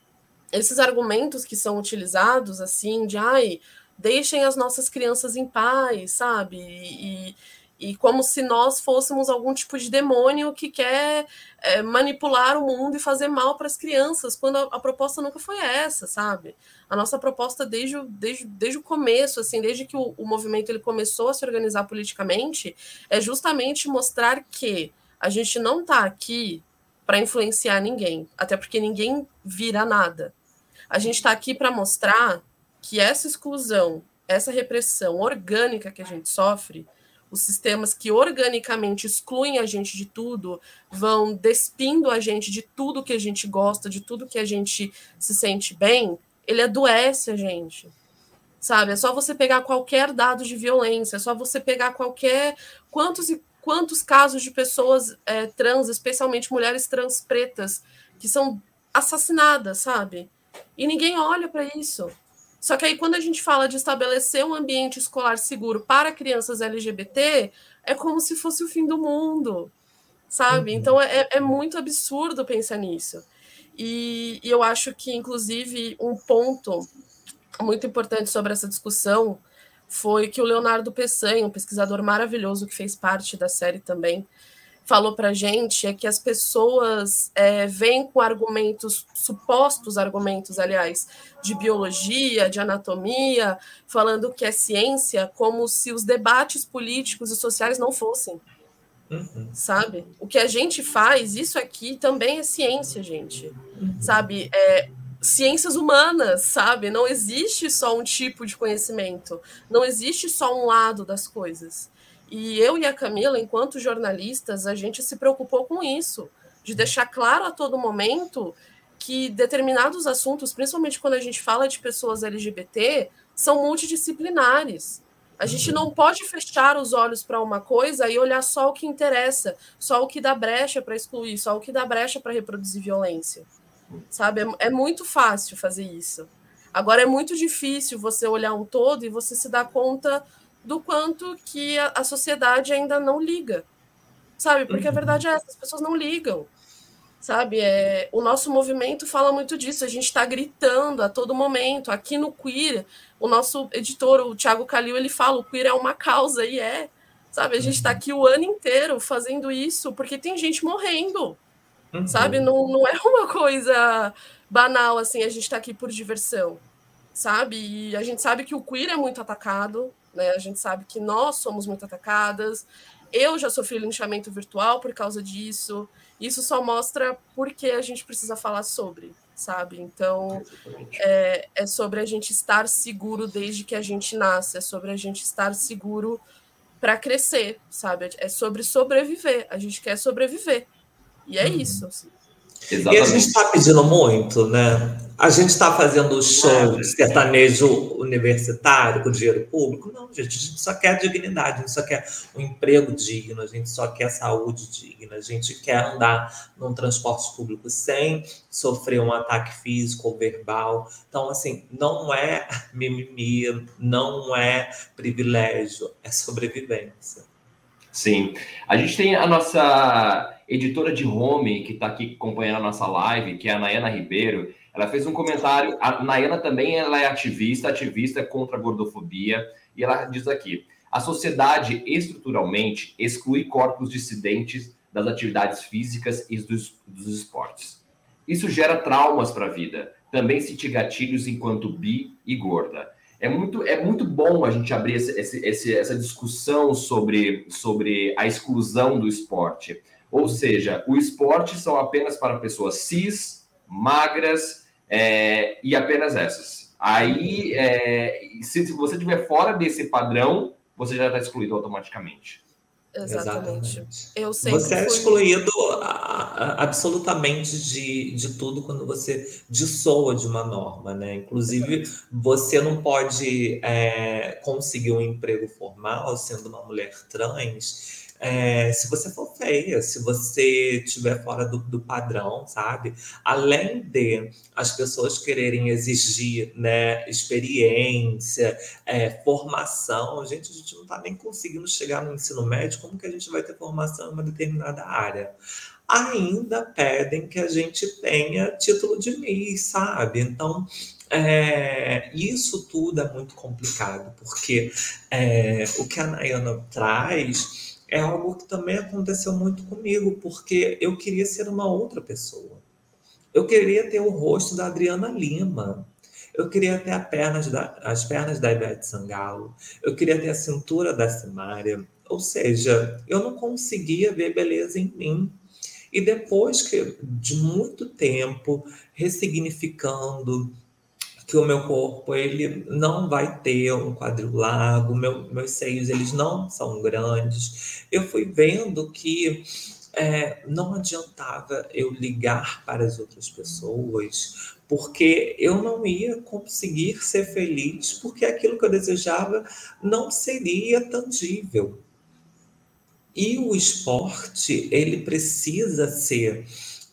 esses argumentos que são utilizados, assim, de, ai, deixem as nossas crianças em paz, sabe? E, e como se nós fôssemos algum tipo de demônio que quer é, manipular o mundo e fazer mal para as crianças, quando a, a proposta nunca foi essa, sabe? A nossa proposta desde, o, desde, desde o começo, assim, desde que o, o movimento ele começou a se organizar politicamente, é justamente mostrar que a gente não está aqui para influenciar ninguém, até porque ninguém vira nada. A gente está aqui para mostrar que essa exclusão, essa repressão orgânica que a gente sofre, os sistemas que organicamente excluem a gente de tudo, vão despindo a gente de tudo que a gente gosta, de tudo que a gente se sente bem, ele adoece a gente, sabe? É só você pegar qualquer dado de violência, é só você pegar qualquer... Quantos e quantos casos de pessoas é, trans, especialmente mulheres trans pretas, que são assassinadas, sabe? E ninguém olha para isso. Só que aí, quando a gente fala de estabelecer um ambiente escolar seguro para crianças L G B T, é como se fosse o fim do mundo, sabe? Uhum. Então, é, é muito absurdo pensar nisso. E, e eu acho que, inclusive, um ponto muito importante sobre essa discussão foi que o Leonardo Peçanha, um pesquisador maravilhoso que fez parte da série também, falou para a gente é que as pessoas é, vêm com argumentos, supostos argumentos, aliás, de biologia, de anatomia, falando que é ciência, como se os debates políticos e sociais não fossem. Uhum. Sabe? O que a gente faz, isso aqui também é ciência, gente. Uhum. Sabe? É, ciências humanas, sabe? Não existe só um tipo de conhecimento. Não existe só um lado das coisas. E eu e a Camila, enquanto jornalistas, a gente se preocupou com isso, de deixar claro a todo momento que determinados assuntos, principalmente quando a gente fala de pessoas L G B T, são multidisciplinares. A gente não pode fechar os olhos para uma coisa e olhar só o que interessa, só o que dá brecha para excluir, só o que dá brecha para reproduzir violência. Sabe? É, é muito fácil fazer isso. Agora, é muito difícil você olhar um todo e você se dar conta do quanto que a, a sociedade ainda não liga, sabe? Porque a verdade é essa, as pessoas não ligam, sabe? É, o nosso movimento fala muito disso, a gente está gritando a todo momento. Aqui no Queer, o nosso editor, o Thiago Calil, ele fala, o Queer é uma causa, e é, sabe? A gente está aqui o ano inteiro fazendo isso, porque tem gente morrendo, uhum. sabe? Não, não é uma coisa banal, assim, a gente está aqui por diversão, sabe? E a gente sabe que o Queer é muito atacado, né? A gente sabe que nós somos muito atacadas. Eu já sofri linchamento virtual por causa disso. Isso só mostra por que a gente precisa falar sobre, sabe? Então, é, é sobre a gente estar seguro desde que a gente nasce, é sobre a gente estar seguro para crescer, sabe? É sobre sobreviver. A gente quer sobreviver. E é hum. isso, assim. Exatamente. E a gente está pedindo muito, né? A gente está fazendo show de sertanejo universitário com dinheiro público? Não, gente, a gente só quer dignidade, a gente só quer um emprego digno, a gente só quer saúde digna, a gente quer andar num transporte público sem sofrer um ataque físico ou verbal. Então, assim, não é mimimi, não é privilégio, é sobrevivência. Sim. A gente tem a nossa editora de home, que está aqui acompanhando a nossa live, que é a Nayana Ribeiro. Ela fez um comentário. A Nayana também ela é ativista, ativista contra a gordofobia. E ela diz aqui, a sociedade estruturalmente exclui corpos dissidentes das atividades físicas e dos, dos esportes. Isso gera traumas para a vida. Também sente gatilhos enquanto bi e gorda. É muito, é muito bom a gente abrir esse, esse, esse, essa discussão sobre, sobre a exclusão do esporte. Ou seja, o esporte são apenas para pessoas cis, magras é, e apenas essas. Aí, é, se, se você estiver fora desse padrão, você já está excluído automaticamente. Exatamente. Exatamente. Eu sempre você é fui... excluído a, a, absolutamente de, de tudo quando você dissoa de uma norma, né? Inclusive, você não pode é, conseguir um emprego formal sendo uma mulher trans é, se você for feia, se você estiver fora do, do padrão, sabe? Além de as pessoas quererem exigir, né, experiência, é, formação, gente, a gente não está nem conseguindo chegar no ensino médio, como que a gente vai ter formação em uma determinada área? Ainda pedem que a gente tenha título de Miss, sabe? Então, é, isso tudo é muito complicado, porque é, o que a Nayana traz é algo que também aconteceu muito comigo, porque eu queria ser uma outra pessoa. Eu queria ter o rosto da Adriana Lima. Eu queria ter as pernas da, as pernas da Ivete Sangalo. Eu queria ter a cintura da Simária. Ou seja, eu não conseguia ver beleza em mim. E depois que, de muito tempo, ressignificando que o meu corpo ele não vai ter um quadril largo, meu, meus seios eles não são grandes, eu fui vendo que é, não adiantava eu ligar para as outras pessoas, porque eu não ia conseguir ser feliz, porque aquilo que eu desejava não seria tangível. E o esporte, ele precisa ser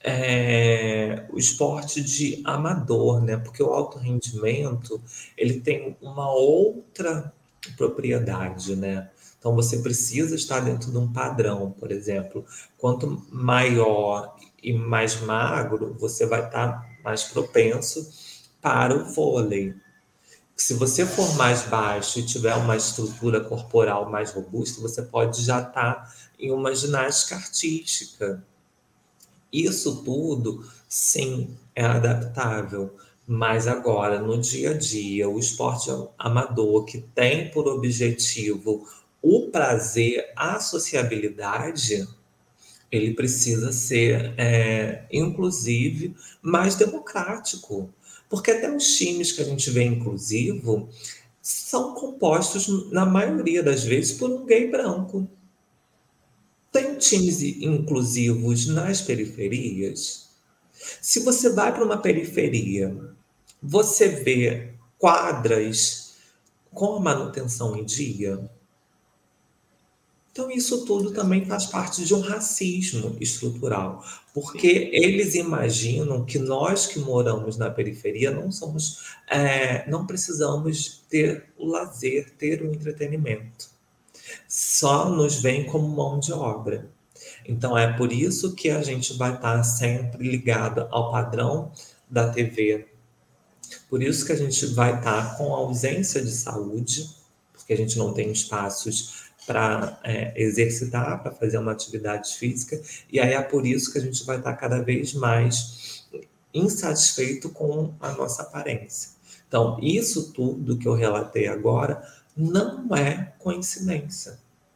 é, o esporte de amador, né? Porque o alto rendimento, ele tem uma outra propriedade, né? Então, você precisa estar dentro de um padrão, por exemplo. Quanto maior e mais magro, você vai estar mais propenso para o vôlei. Se você for mais baixo e tiver uma estrutura corporal mais robusta, você pode já estar em uma ginástica artística. Isso tudo, sim, é adaptável. Mas agora, no dia a dia, o esporte amador, que tem por objetivo o prazer, a sociabilidade, ele precisa ser, é, inclusive, mais democrático. Porque até os times que a gente vê inclusivo são compostos, na maioria das vezes, por um gay branco. Tem times inclusivos nas periferias. Se você vai para uma periferia, você vê quadras com a manutenção em dia. Então, isso tudo também faz parte de um racismo estrutural, porque eles imaginam que nós que moramos na periferia não somos, é, não precisamos ter o lazer, ter o entretenimento. Só nos veem como mão de obra. Então, é por isso que a gente vai estar sempre ligado ao padrão da T V. Por isso que a gente vai estar com ausência de saúde, porque a gente não tem espaços para é, exercitar, para fazer uma atividade física, e aí é por isso que a gente vai estar cada vez mais insatisfeito com a nossa aparência. Então, isso tudo que eu relatei agora não é coincidência.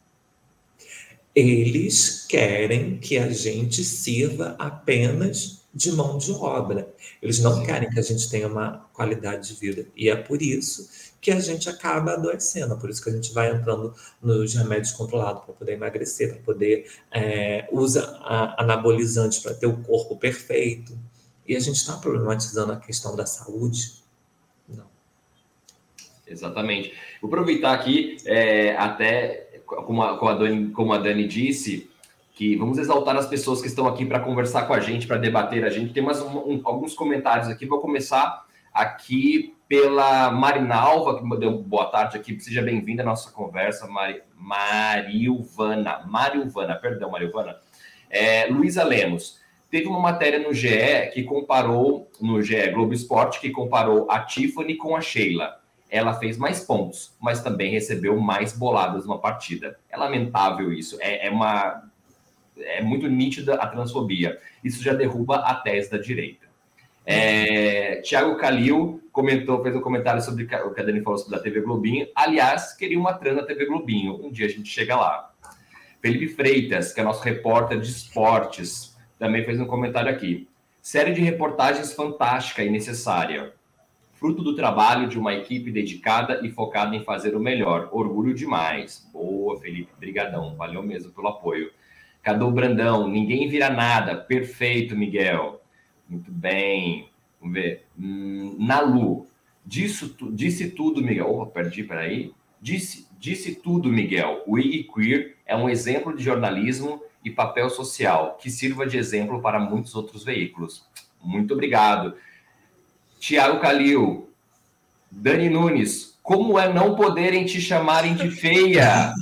Eles querem que a gente sirva apenas de mão de obra. Eles não Sim. querem que a gente tenha uma qualidade de vida. E é por isso que a gente acaba adoecendo. É por isso que a gente vai entrando nos remédios controlados para poder emagrecer, para poder é, usar anabolizantes para ter o corpo perfeito. E a gente está problematizando a questão da saúde? Não. Exatamente. Vou aproveitar aqui, é, até como a, como, a Dani, como a Dani disse, que vamos exaltar as pessoas que estão aqui para conversar com a gente, para debater a gente. Tem mais um, um, alguns comentários aqui. Vou começar aqui pela Marinalva, que me deu boa tarde aqui. Seja bem-vinda à nossa conversa, Mari, Marilvana. Marilvana, perdão, Marilvana. É, Luísa Lemos. Teve uma matéria no G E que comparou, no G E Globo Esporte, que comparou a Tiffany com a Sheila. Ela fez mais pontos, mas também recebeu mais boladas numa partida. É lamentável isso. É, é, uma, é muito nítida a transfobia. Isso já derruba a tese da direita. É, Thiago Calil comentou, fez um comentário sobre o que a Dani falou sobre a T V Globinho. Aliás, queria uma trans na T V Globinho. Um dia a gente chega lá. Felipe Freitas, que é nosso repórter de esportes, também fez um comentário aqui. Série de reportagens fantástica e necessária. Fruto do trabalho de uma equipe dedicada e focada em fazer o melhor. Orgulho demais. Boa, Felipe. Brigadão. Valeu mesmo pelo apoio. Cadu Brandão. Ninguém vira nada. Perfeito, Miguel. Muito bem. Vamos ver. Hum, Nalu. Disso, disse tudo, Miguel. Opa, perdi, peraí. Disse, disse tudo, Miguel. O I G Queer é um exemplo de jornalismo e papel social que sirva de exemplo para muitos outros veículos. Muito obrigado. Tiago Calil, Dani Nunes, como é não poderem te chamarem de feia?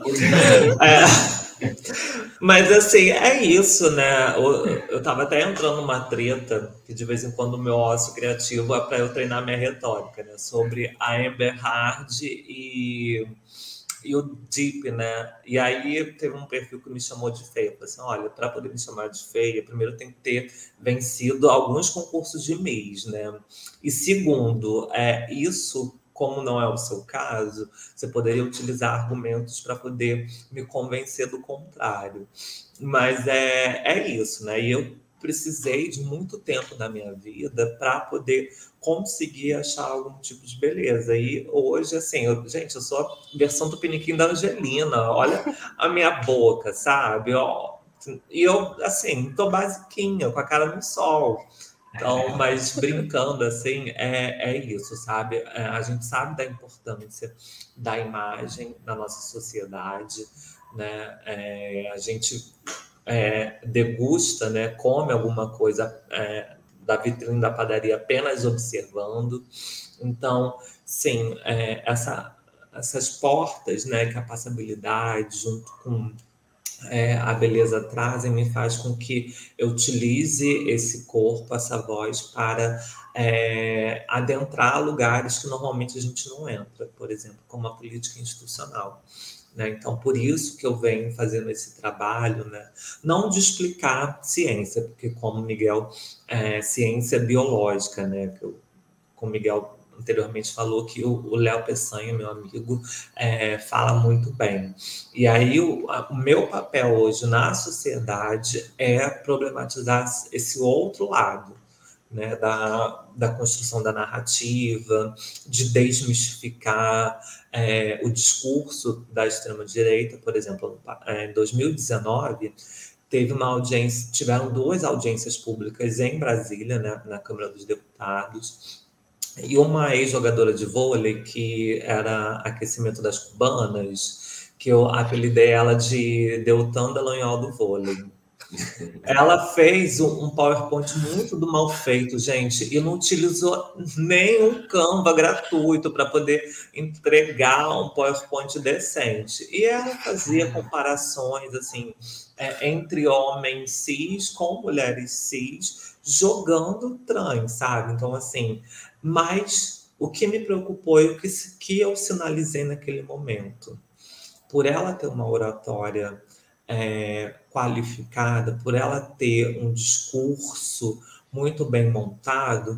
É, mas assim, é isso, né? Eu, eu tava até entrando numa treta, que de vez em quando o meu ócio criativo é para eu treinar minha retórica, né? Sobre a Amber Heard e, e o Deep, né? E aí teve um perfil que me chamou de feia. Eu falei assim, olha, para poder me chamar de feia, primeiro tem que ter vencido alguns concursos de Miss, né? E segundo, é, isso, como não é o seu caso, você poderia utilizar argumentos para poder me convencer do contrário. Mas é, é isso, né? E eu precisei de muito tempo da minha vida para poder conseguir achar algum tipo de beleza. E hoje, assim, eu, gente, eu sou a versão do piniquim da Angelina. Olha a minha boca, sabe? Ó, e eu, assim, tô basiquinha, com a cara no sol. Então, mas brincando, assim, é, é isso, sabe? É, a gente sabe da importância da imagem na nossa sociedade, né? É, a gente é, degusta, né? Come alguma coisa é, da vitrine da padaria apenas observando. Então, sim, é, essa, essas portas, né? Que a passabilidade junto com é, a beleza trazem me faz com que eu utilize esse corpo, essa voz, para é, adentrar lugares que normalmente a gente não entra, por exemplo, como a política institucional. Né? Então, por isso que eu venho fazendo esse trabalho, né? Não de explicar ciência, porque como Miguel, é, ciência biológica, né? Que eu, como Miguel anteriormente falou, que o Léo Peçanha, meu amigo, é, fala muito bem. E aí o, a, o meu papel hoje na sociedade é problematizar esse outro lado, né, da, da construção da narrativa, de desmistificar é, o discurso da extrema-direita. Por exemplo, em dois mil e dezenove, teve uma audiência, tiveram duas audiências públicas em Brasília, né, na Câmara dos Deputados, e uma ex-jogadora de vôlei, que era aquecimento das cubanas, que eu apelidei ela de Deltan Dallagnol do vôlei. Ela fez um PowerPoint muito do mal feito, gente, e não utilizou nenhum Canva gratuito para poder entregar um PowerPoint decente. E ela fazia comparações assim é, entre homens cis com mulheres cis, jogando trans, sabe? Então, assim, mas o que me preocupou e o que, que eu sinalizei naquele momento, por ela ter uma oratória é, qualificada, por ela ter um discurso muito bem montado,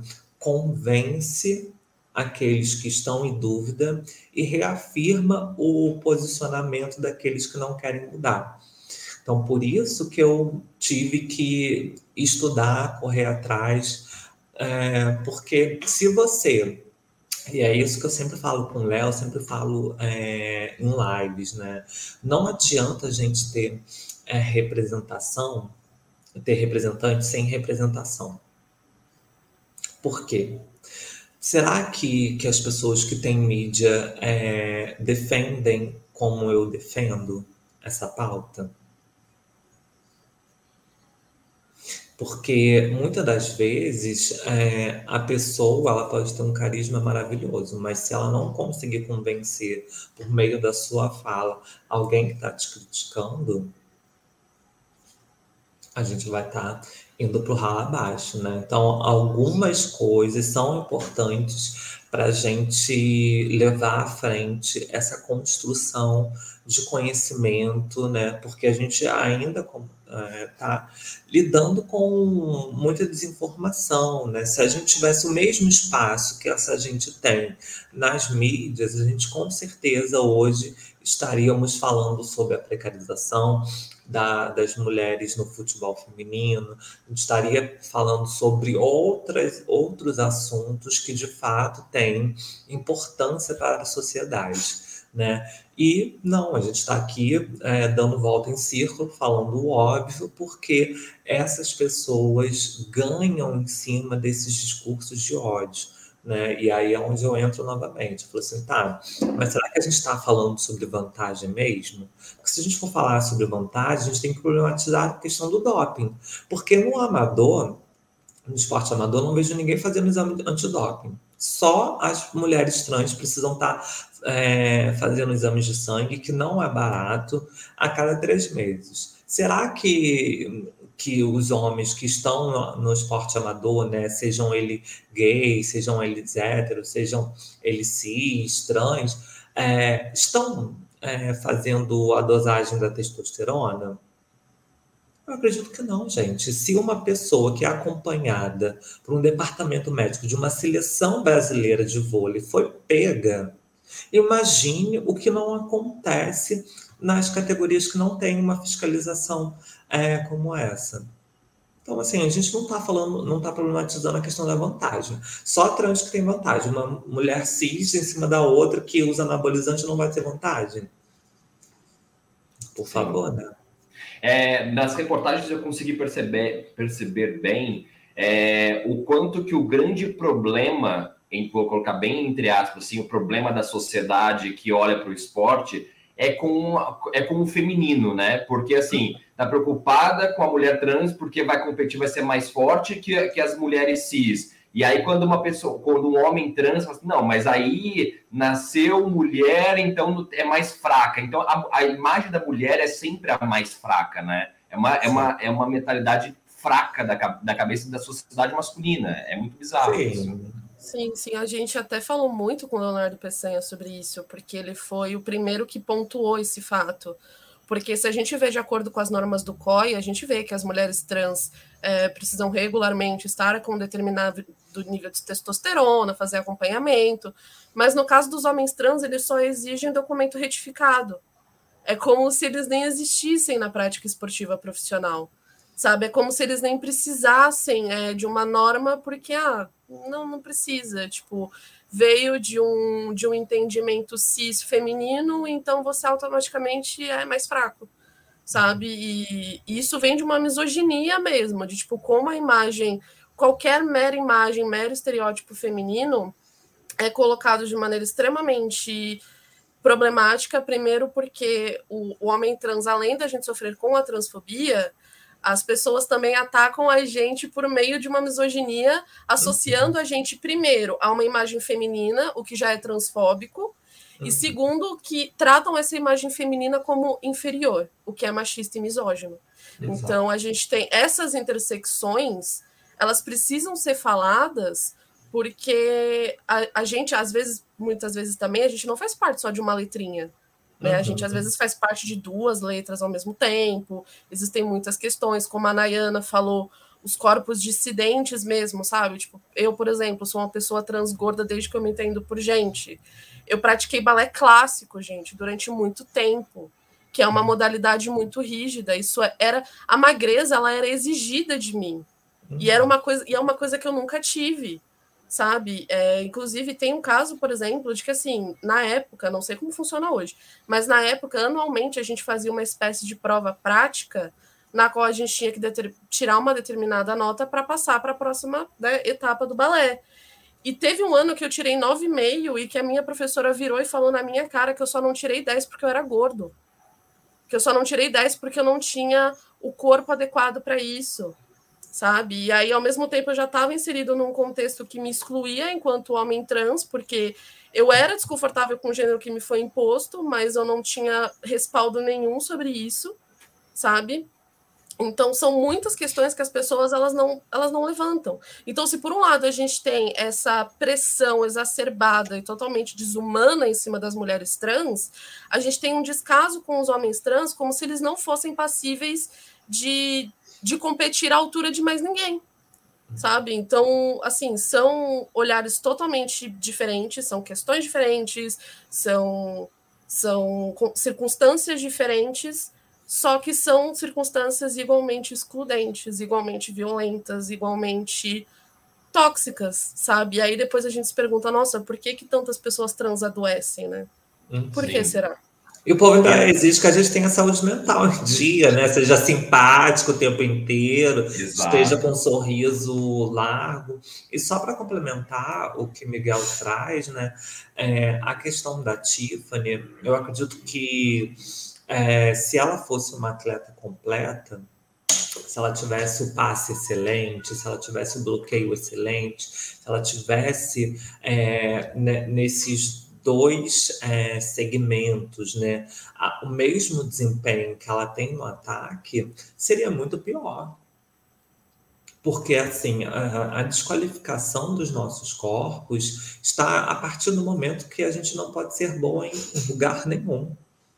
convence aqueles que estão em dúvida e reafirma o posicionamento daqueles que não querem mudar. Então, por isso que eu tive que estudar, correr atrás, é, porque se você... E é isso que eu sempre falo com o Léo, sempre falo é, em lives, né? Não adianta a gente ter é, representação, ter representante sem representação. Por quê? Será que, que as pessoas que têm mídia é, defendem como eu defendo essa pauta? Porque muitas das vezes é, a pessoa ela pode ter um carisma maravilhoso, mas se ela não conseguir convencer por meio da sua fala alguém que está te criticando, a gente vai estar tá indo para o ralo abaixo, né? Então, algumas coisas são importantes para a gente levar à frente essa construção de conhecimento, né? Porque a gente ainda está é, lidando com muita desinformação, né? Se a gente tivesse o mesmo espaço que essa gente tem nas mídias, a gente com certeza hoje estaríamos falando sobre a precarização da, das mulheres no futebol feminino, a gente estaria falando sobre outras, outros assuntos que de fato têm importância para a sociedade. Né? E não, a gente está aqui é, dando volta em círculo, falando o óbvio, porque essas pessoas ganham em cima desses discursos de ódio. Né? E aí é onde eu entro novamente. Eu falo assim, tá, mas será que a gente está falando sobre vantagem mesmo? Porque se a gente for falar sobre vantagem, a gente tem que problematizar a questão do doping. Porque no amador, no esporte amador, não vejo ninguém fazendo exame antidoping. Só as mulheres trans precisam estar é, fazendo exames de sangue, que não é barato, a cada três meses. Será que, que os homens que estão no, no esporte amador, né, sejam eles gays, sejam eles héteros, sejam eles cis, trans, é, estão é, fazendo a dosagem da testosterona? Eu acredito que não, gente. Se uma pessoa que é acompanhada por um departamento médico de uma seleção brasileira de vôlei foi pega, imagine o que não acontece nas categorias que não têm uma fiscalização é, como essa. Então, assim, a gente não está falando, não está problematizando a questão da vantagem. Só trans que tem vantagem. Uma mulher cis em cima da outra que usa anabolizante não vai ter vantagem? Por favor, né? É, nas reportagens eu consegui perceber, perceber bem é, o quanto que o grande problema, em, vou colocar bem entre aspas, assim, o problema da sociedade que olha para o esporte é com, é com o feminino, né? Porque, assim, tá preocupada com a mulher trans porque vai competir, vai ser mais forte que, que as mulheres cis. E aí, quando uma pessoa, quando um homem trans fala assim, não, mas aí nasceu mulher, então é mais fraca. Então, a, a imagem da mulher é sempre a mais fraca, né? É uma, é uma, é uma mentalidade fraca da, da cabeça da sociedade masculina. É muito bizarro Sim. isso. Sim, sim, a gente até falou muito com o Leonardo Peçanha sobre isso, porque ele foi o primeiro que pontuou esse fato. Porque se a gente vê de acordo com as normas do C O I, a gente vê que as mulheres trans é, precisam regularmente estar com um determinado nível de testosterona, fazer acompanhamento, mas no caso dos homens trans, eles só exigem documento retificado. É como se eles nem existissem na prática esportiva profissional, sabe? É como se eles nem precisassem é, de uma norma, porque, ah, não, não precisa, tipo... veio de um, de um entendimento cis feminino, então você automaticamente é mais fraco, sabe? E isso vem de uma misoginia mesmo, de tipo, como a imagem, qualquer mera imagem, mero estereótipo feminino é colocado de maneira extremamente problemática, primeiro porque o, o homem trans, além da gente sofrer com a transfobia, as pessoas também atacam a gente por meio de uma misoginia, associando a gente, primeiro, a uma imagem feminina, o que já é transfóbico, e segundo, que tratam essa imagem feminina como inferior, o que é machista e misógino. Exato. Então, a gente tem essas intersecções, elas precisam ser faladas, porque a, a gente, às vezes, muitas vezes também, a gente não faz parte só de uma letrinha. Né? Uhum. A gente, às vezes, faz parte de duas letras ao mesmo tempo. Existem muitas questões, como a Nayana falou, os corpos dissidentes mesmo, sabe? Tipo, eu, por exemplo, sou uma pessoa trans gorda desde que eu me entendo por gente. Eu pratiquei balé clássico, gente, durante muito tempo, que é uma modalidade muito rígida. Isso era... A magreza, ela era exigida de mim. Uhum. E, era uma coisa, e é uma coisa que eu nunca tive. Sabe? É, inclusive, tem um caso, por exemplo, de que, assim, na época, não sei como funciona hoje, mas na época, anualmente, a gente fazia uma espécie de prova prática na qual a gente tinha que tirar uma determinada nota para passar para a próxima, né, etapa do balé. E teve um ano que eu tirei nove vírgula cinco e que a minha professora virou e falou na minha cara que eu só não tirei dez porque eu era gordo. Que eu só não tirei dez porque eu não tinha o corpo adequado para isso. Sabe? E aí, ao mesmo tempo, eu já estava inserido num contexto que me excluía enquanto homem trans, porque eu era desconfortável com o gênero que me foi imposto, mas eu não tinha respaldo nenhum sobre isso, sabe? Então, são muitas questões que as pessoas elas não, elas não levantam. Então, se por um lado a gente tem essa pressão exacerbada e totalmente desumana em cima das mulheres trans, a gente tem um descaso com os homens trans como se eles não fossem passíveis de... de competir à altura de mais ninguém, sabe? Então, assim, são olhares totalmente diferentes, são questões diferentes, são, são circunstâncias diferentes, só que são circunstâncias igualmente excludentes, igualmente violentas, igualmente tóxicas, sabe? E aí depois a gente se pergunta, nossa, por que que tantas pessoas trans adoecem, né? Por Sim. que será? E o povo ainda exige que a gente tenha saúde mental em dia, né? Seja simpático o tempo inteiro, Exato. Esteja com um sorriso largo. E só para complementar o que Miguel traz, né? É, a questão da Tiffany, eu acredito que é, se ela fosse uma atleta completa, se ela tivesse o passe excelente, se ela tivesse o bloqueio excelente, se ela tivesse é, nesses dois é, segmentos, né, o mesmo desempenho que ela tem no ataque, seria muito pior. Porque, assim, a, a desqualificação dos nossos corpos está a partir do momento que a gente não pode ser boa em lugar nenhum.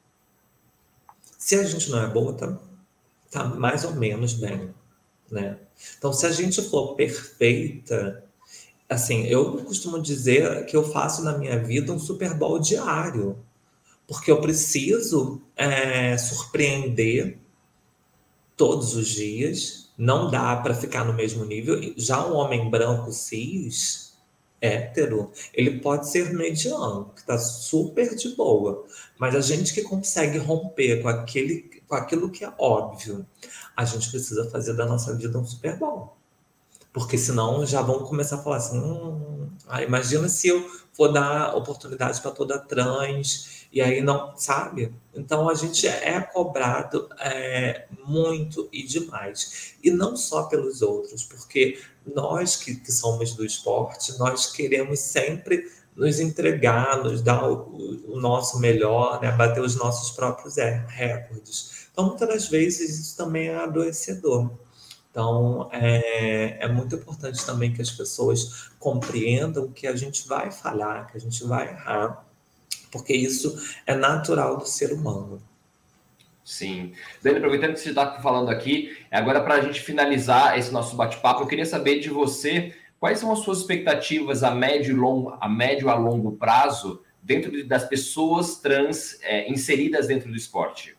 Se a gente não é boa, tá, tá mais ou menos bem, né? Então, se a gente for perfeita, assim, eu costumo dizer que eu faço na minha vida um Super Bowl diário, porque eu preciso é, surpreender todos os dias, não dá para ficar no mesmo nível. Já um homem branco cis, hétero, ele pode ser mediano, que está super de boa, mas a gente que consegue romper com, aquele, com aquilo que é óbvio, a gente precisa fazer da nossa vida um Super Bowl. Porque senão já vão começar a falar assim, hum, ah, imagina se eu for dar oportunidade para toda trans, e aí não, sabe? Então a gente é cobrado é, muito e demais. E não só pelos outros, porque nós que, que somos do esporte, nós queremos sempre nos entregar, nos dar o, o nosso melhor, né? Bater os nossos próprios recordes. Então, muitas das vezes, isso também é adoecedor. Então, é, é muito importante também que as pessoas compreendam que a gente vai falhar, que a gente vai errar, porque isso é natural do ser humano. Sim. Dani, aproveitando que você está falando aqui, agora para a gente finalizar esse nosso bate-papo, eu queria saber de você quais são as suas expectativas a médio, longo, a médio a longo prazo dentro de, das pessoas trans é, inseridas dentro do esporte?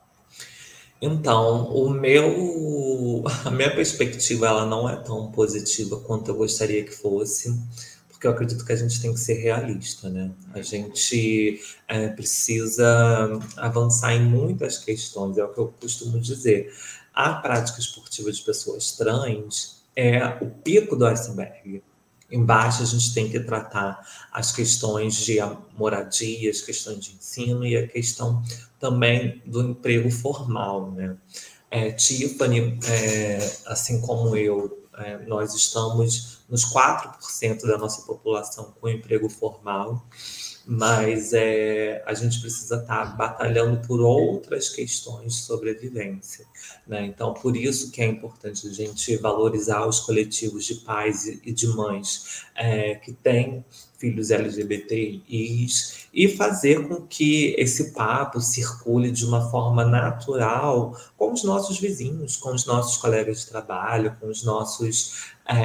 Então, o meu, a minha perspectiva ela não é tão positiva quanto eu gostaria que fosse, porque eu acredito que a gente tem que ser realista, né? A gente é, precisa avançar em muitas questões, é o que eu costumo dizer. A prática esportiva de pessoas trans é o pico do iceberg. Embaixo a gente tem que tratar as questões de moradia, as questões de ensino e a questão também do emprego formal, né? É, Tiffany, é, assim como eu, é, nós estamos nos quatro por cento da nossa população com emprego formal, mas é, a gente precisa estar batalhando por outras questões de sobrevivência, né? Então, por isso que é importante a gente valorizar os coletivos de pais e de mães é, que têm filhos L G B T Is e fazer com que esse papo circule de uma forma natural com os nossos vizinhos, com os nossos colegas de trabalho, com os nossos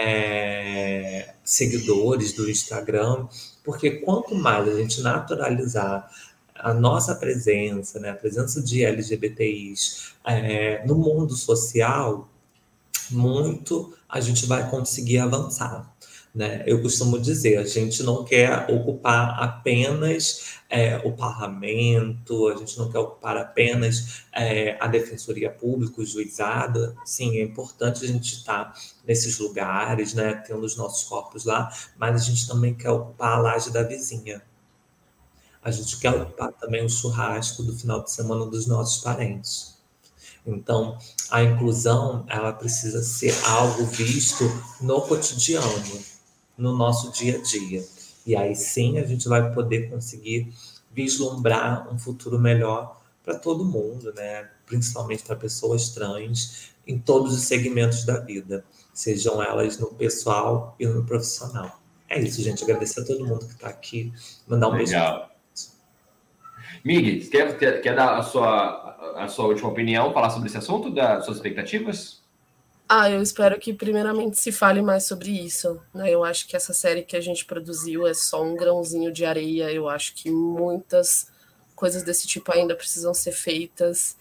é, seguidores do Instagram, porque quanto mais a gente naturalizar a nossa presença, né, a presença de L G B T Is é, no mundo social, muito a gente vai conseguir avançar. Né? Eu costumo dizer, a gente não quer ocupar apenas é, o parlamento, a gente não quer ocupar apenas é, a defensoria pública, o juizado. Sim, é importante a gente estar nesses lugares, né, tendo os nossos corpos lá, mas a gente também quer ocupar a laje da vizinha. A gente quer ocupar também o churrasco do final de semana dos nossos parentes. Então, a inclusão, ela precisa ser algo visto no cotidiano, no nosso dia a dia. E aí sim a gente vai poder conseguir vislumbrar um futuro melhor para todo mundo, né? Principalmente para pessoas trans em todos os segmentos da vida, sejam elas no pessoal e no profissional. É isso, gente. Agradecer a todo mundo que está aqui. Mandar um Legal. Beijo. Mig, quer, quer, quer dar a sua, a sua última opinião, falar sobre esse assunto, das suas expectativas? Ah, eu espero que primeiramente se fale mais sobre isso, né? Eu acho que essa série que a gente produziu é só um grãozinho de areia. Eu acho que muitas coisas desse tipo ainda precisam ser feitas,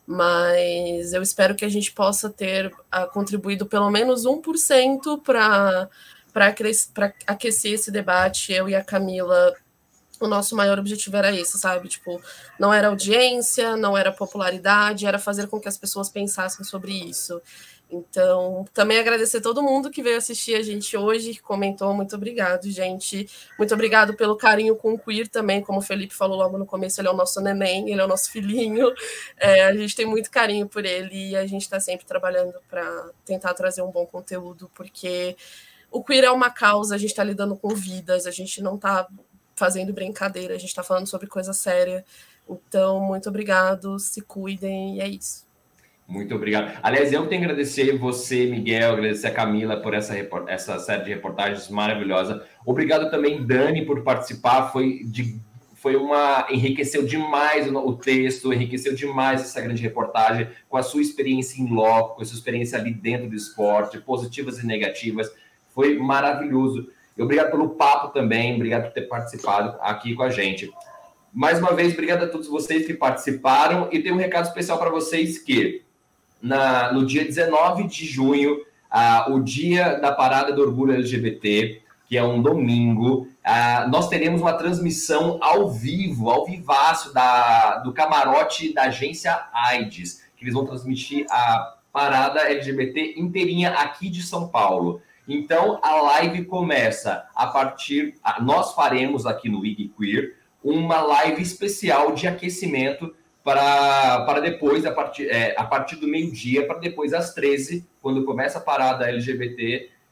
mas eu espero que a gente possa ter uh, contribuído pelo menos um por cento para para aquecer esse debate. Eu e a Camila, o nosso maior objetivo era esse, sabe? Tipo, não era audiência, não era popularidade, era fazer com que as pessoas pensassem sobre isso. Então, também agradecer a todo mundo que veio assistir a gente hoje, que comentou. Muito obrigado, gente. Muito obrigado pelo carinho com o Queer também, como o Felipe falou logo no começo, ele é o nosso neném, ele é o nosso filhinho. É, a gente tem muito carinho por ele e a gente está sempre trabalhando para tentar trazer um bom conteúdo, porque o Queer é uma causa, a gente está lidando com vidas, a gente não está fazendo brincadeira, a gente está falando sobre coisa séria. Então, muito obrigado, se cuidem e é isso. Muito obrigado. Aliás, eu tenho que agradecer você, Miguel, agradecer a Camila por essa, essa série de reportagens maravilhosa. Obrigado também, Dani, por participar. Foi, de, foi uma... enriqueceu demais o, o texto, enriqueceu demais essa grande reportagem, com a sua experiência em loco, com a sua experiência ali dentro do esporte, positivas e negativas. Foi maravilhoso. E obrigado pelo papo também, obrigado por ter participado aqui com a gente. Mais uma vez, obrigado a todos vocês que participaram. E tem um recado especial para vocês que... Na, no dia dezenove de junho, uh, o dia da Parada do Orgulho L G B T, que é um domingo, uh, nós teremos uma transmissão ao vivo, ao vivaço, da, do camarote da agência AIDS, que eles vão transmitir a Parada L G B T inteirinha aqui de São Paulo. Então, a live começa a partir... Uh, nós faremos aqui no I G Queer uma live especial de aquecimento Para, para depois, a partir, é, a partir do meio-dia, para depois às treze, quando começa a parada L G B T,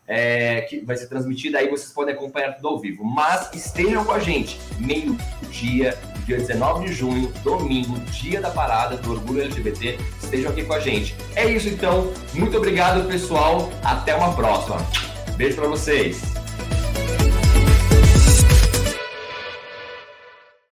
É, que vai ser transmitida, aí vocês podem acompanhar tudo ao vivo. Mas estejam com a gente, meio-dia, dia dezenove de junho, domingo, dia da parada do Orgulho L G B T. Estejam aqui com a gente. É isso então, muito obrigado, pessoal. Até uma próxima. Beijo pra vocês.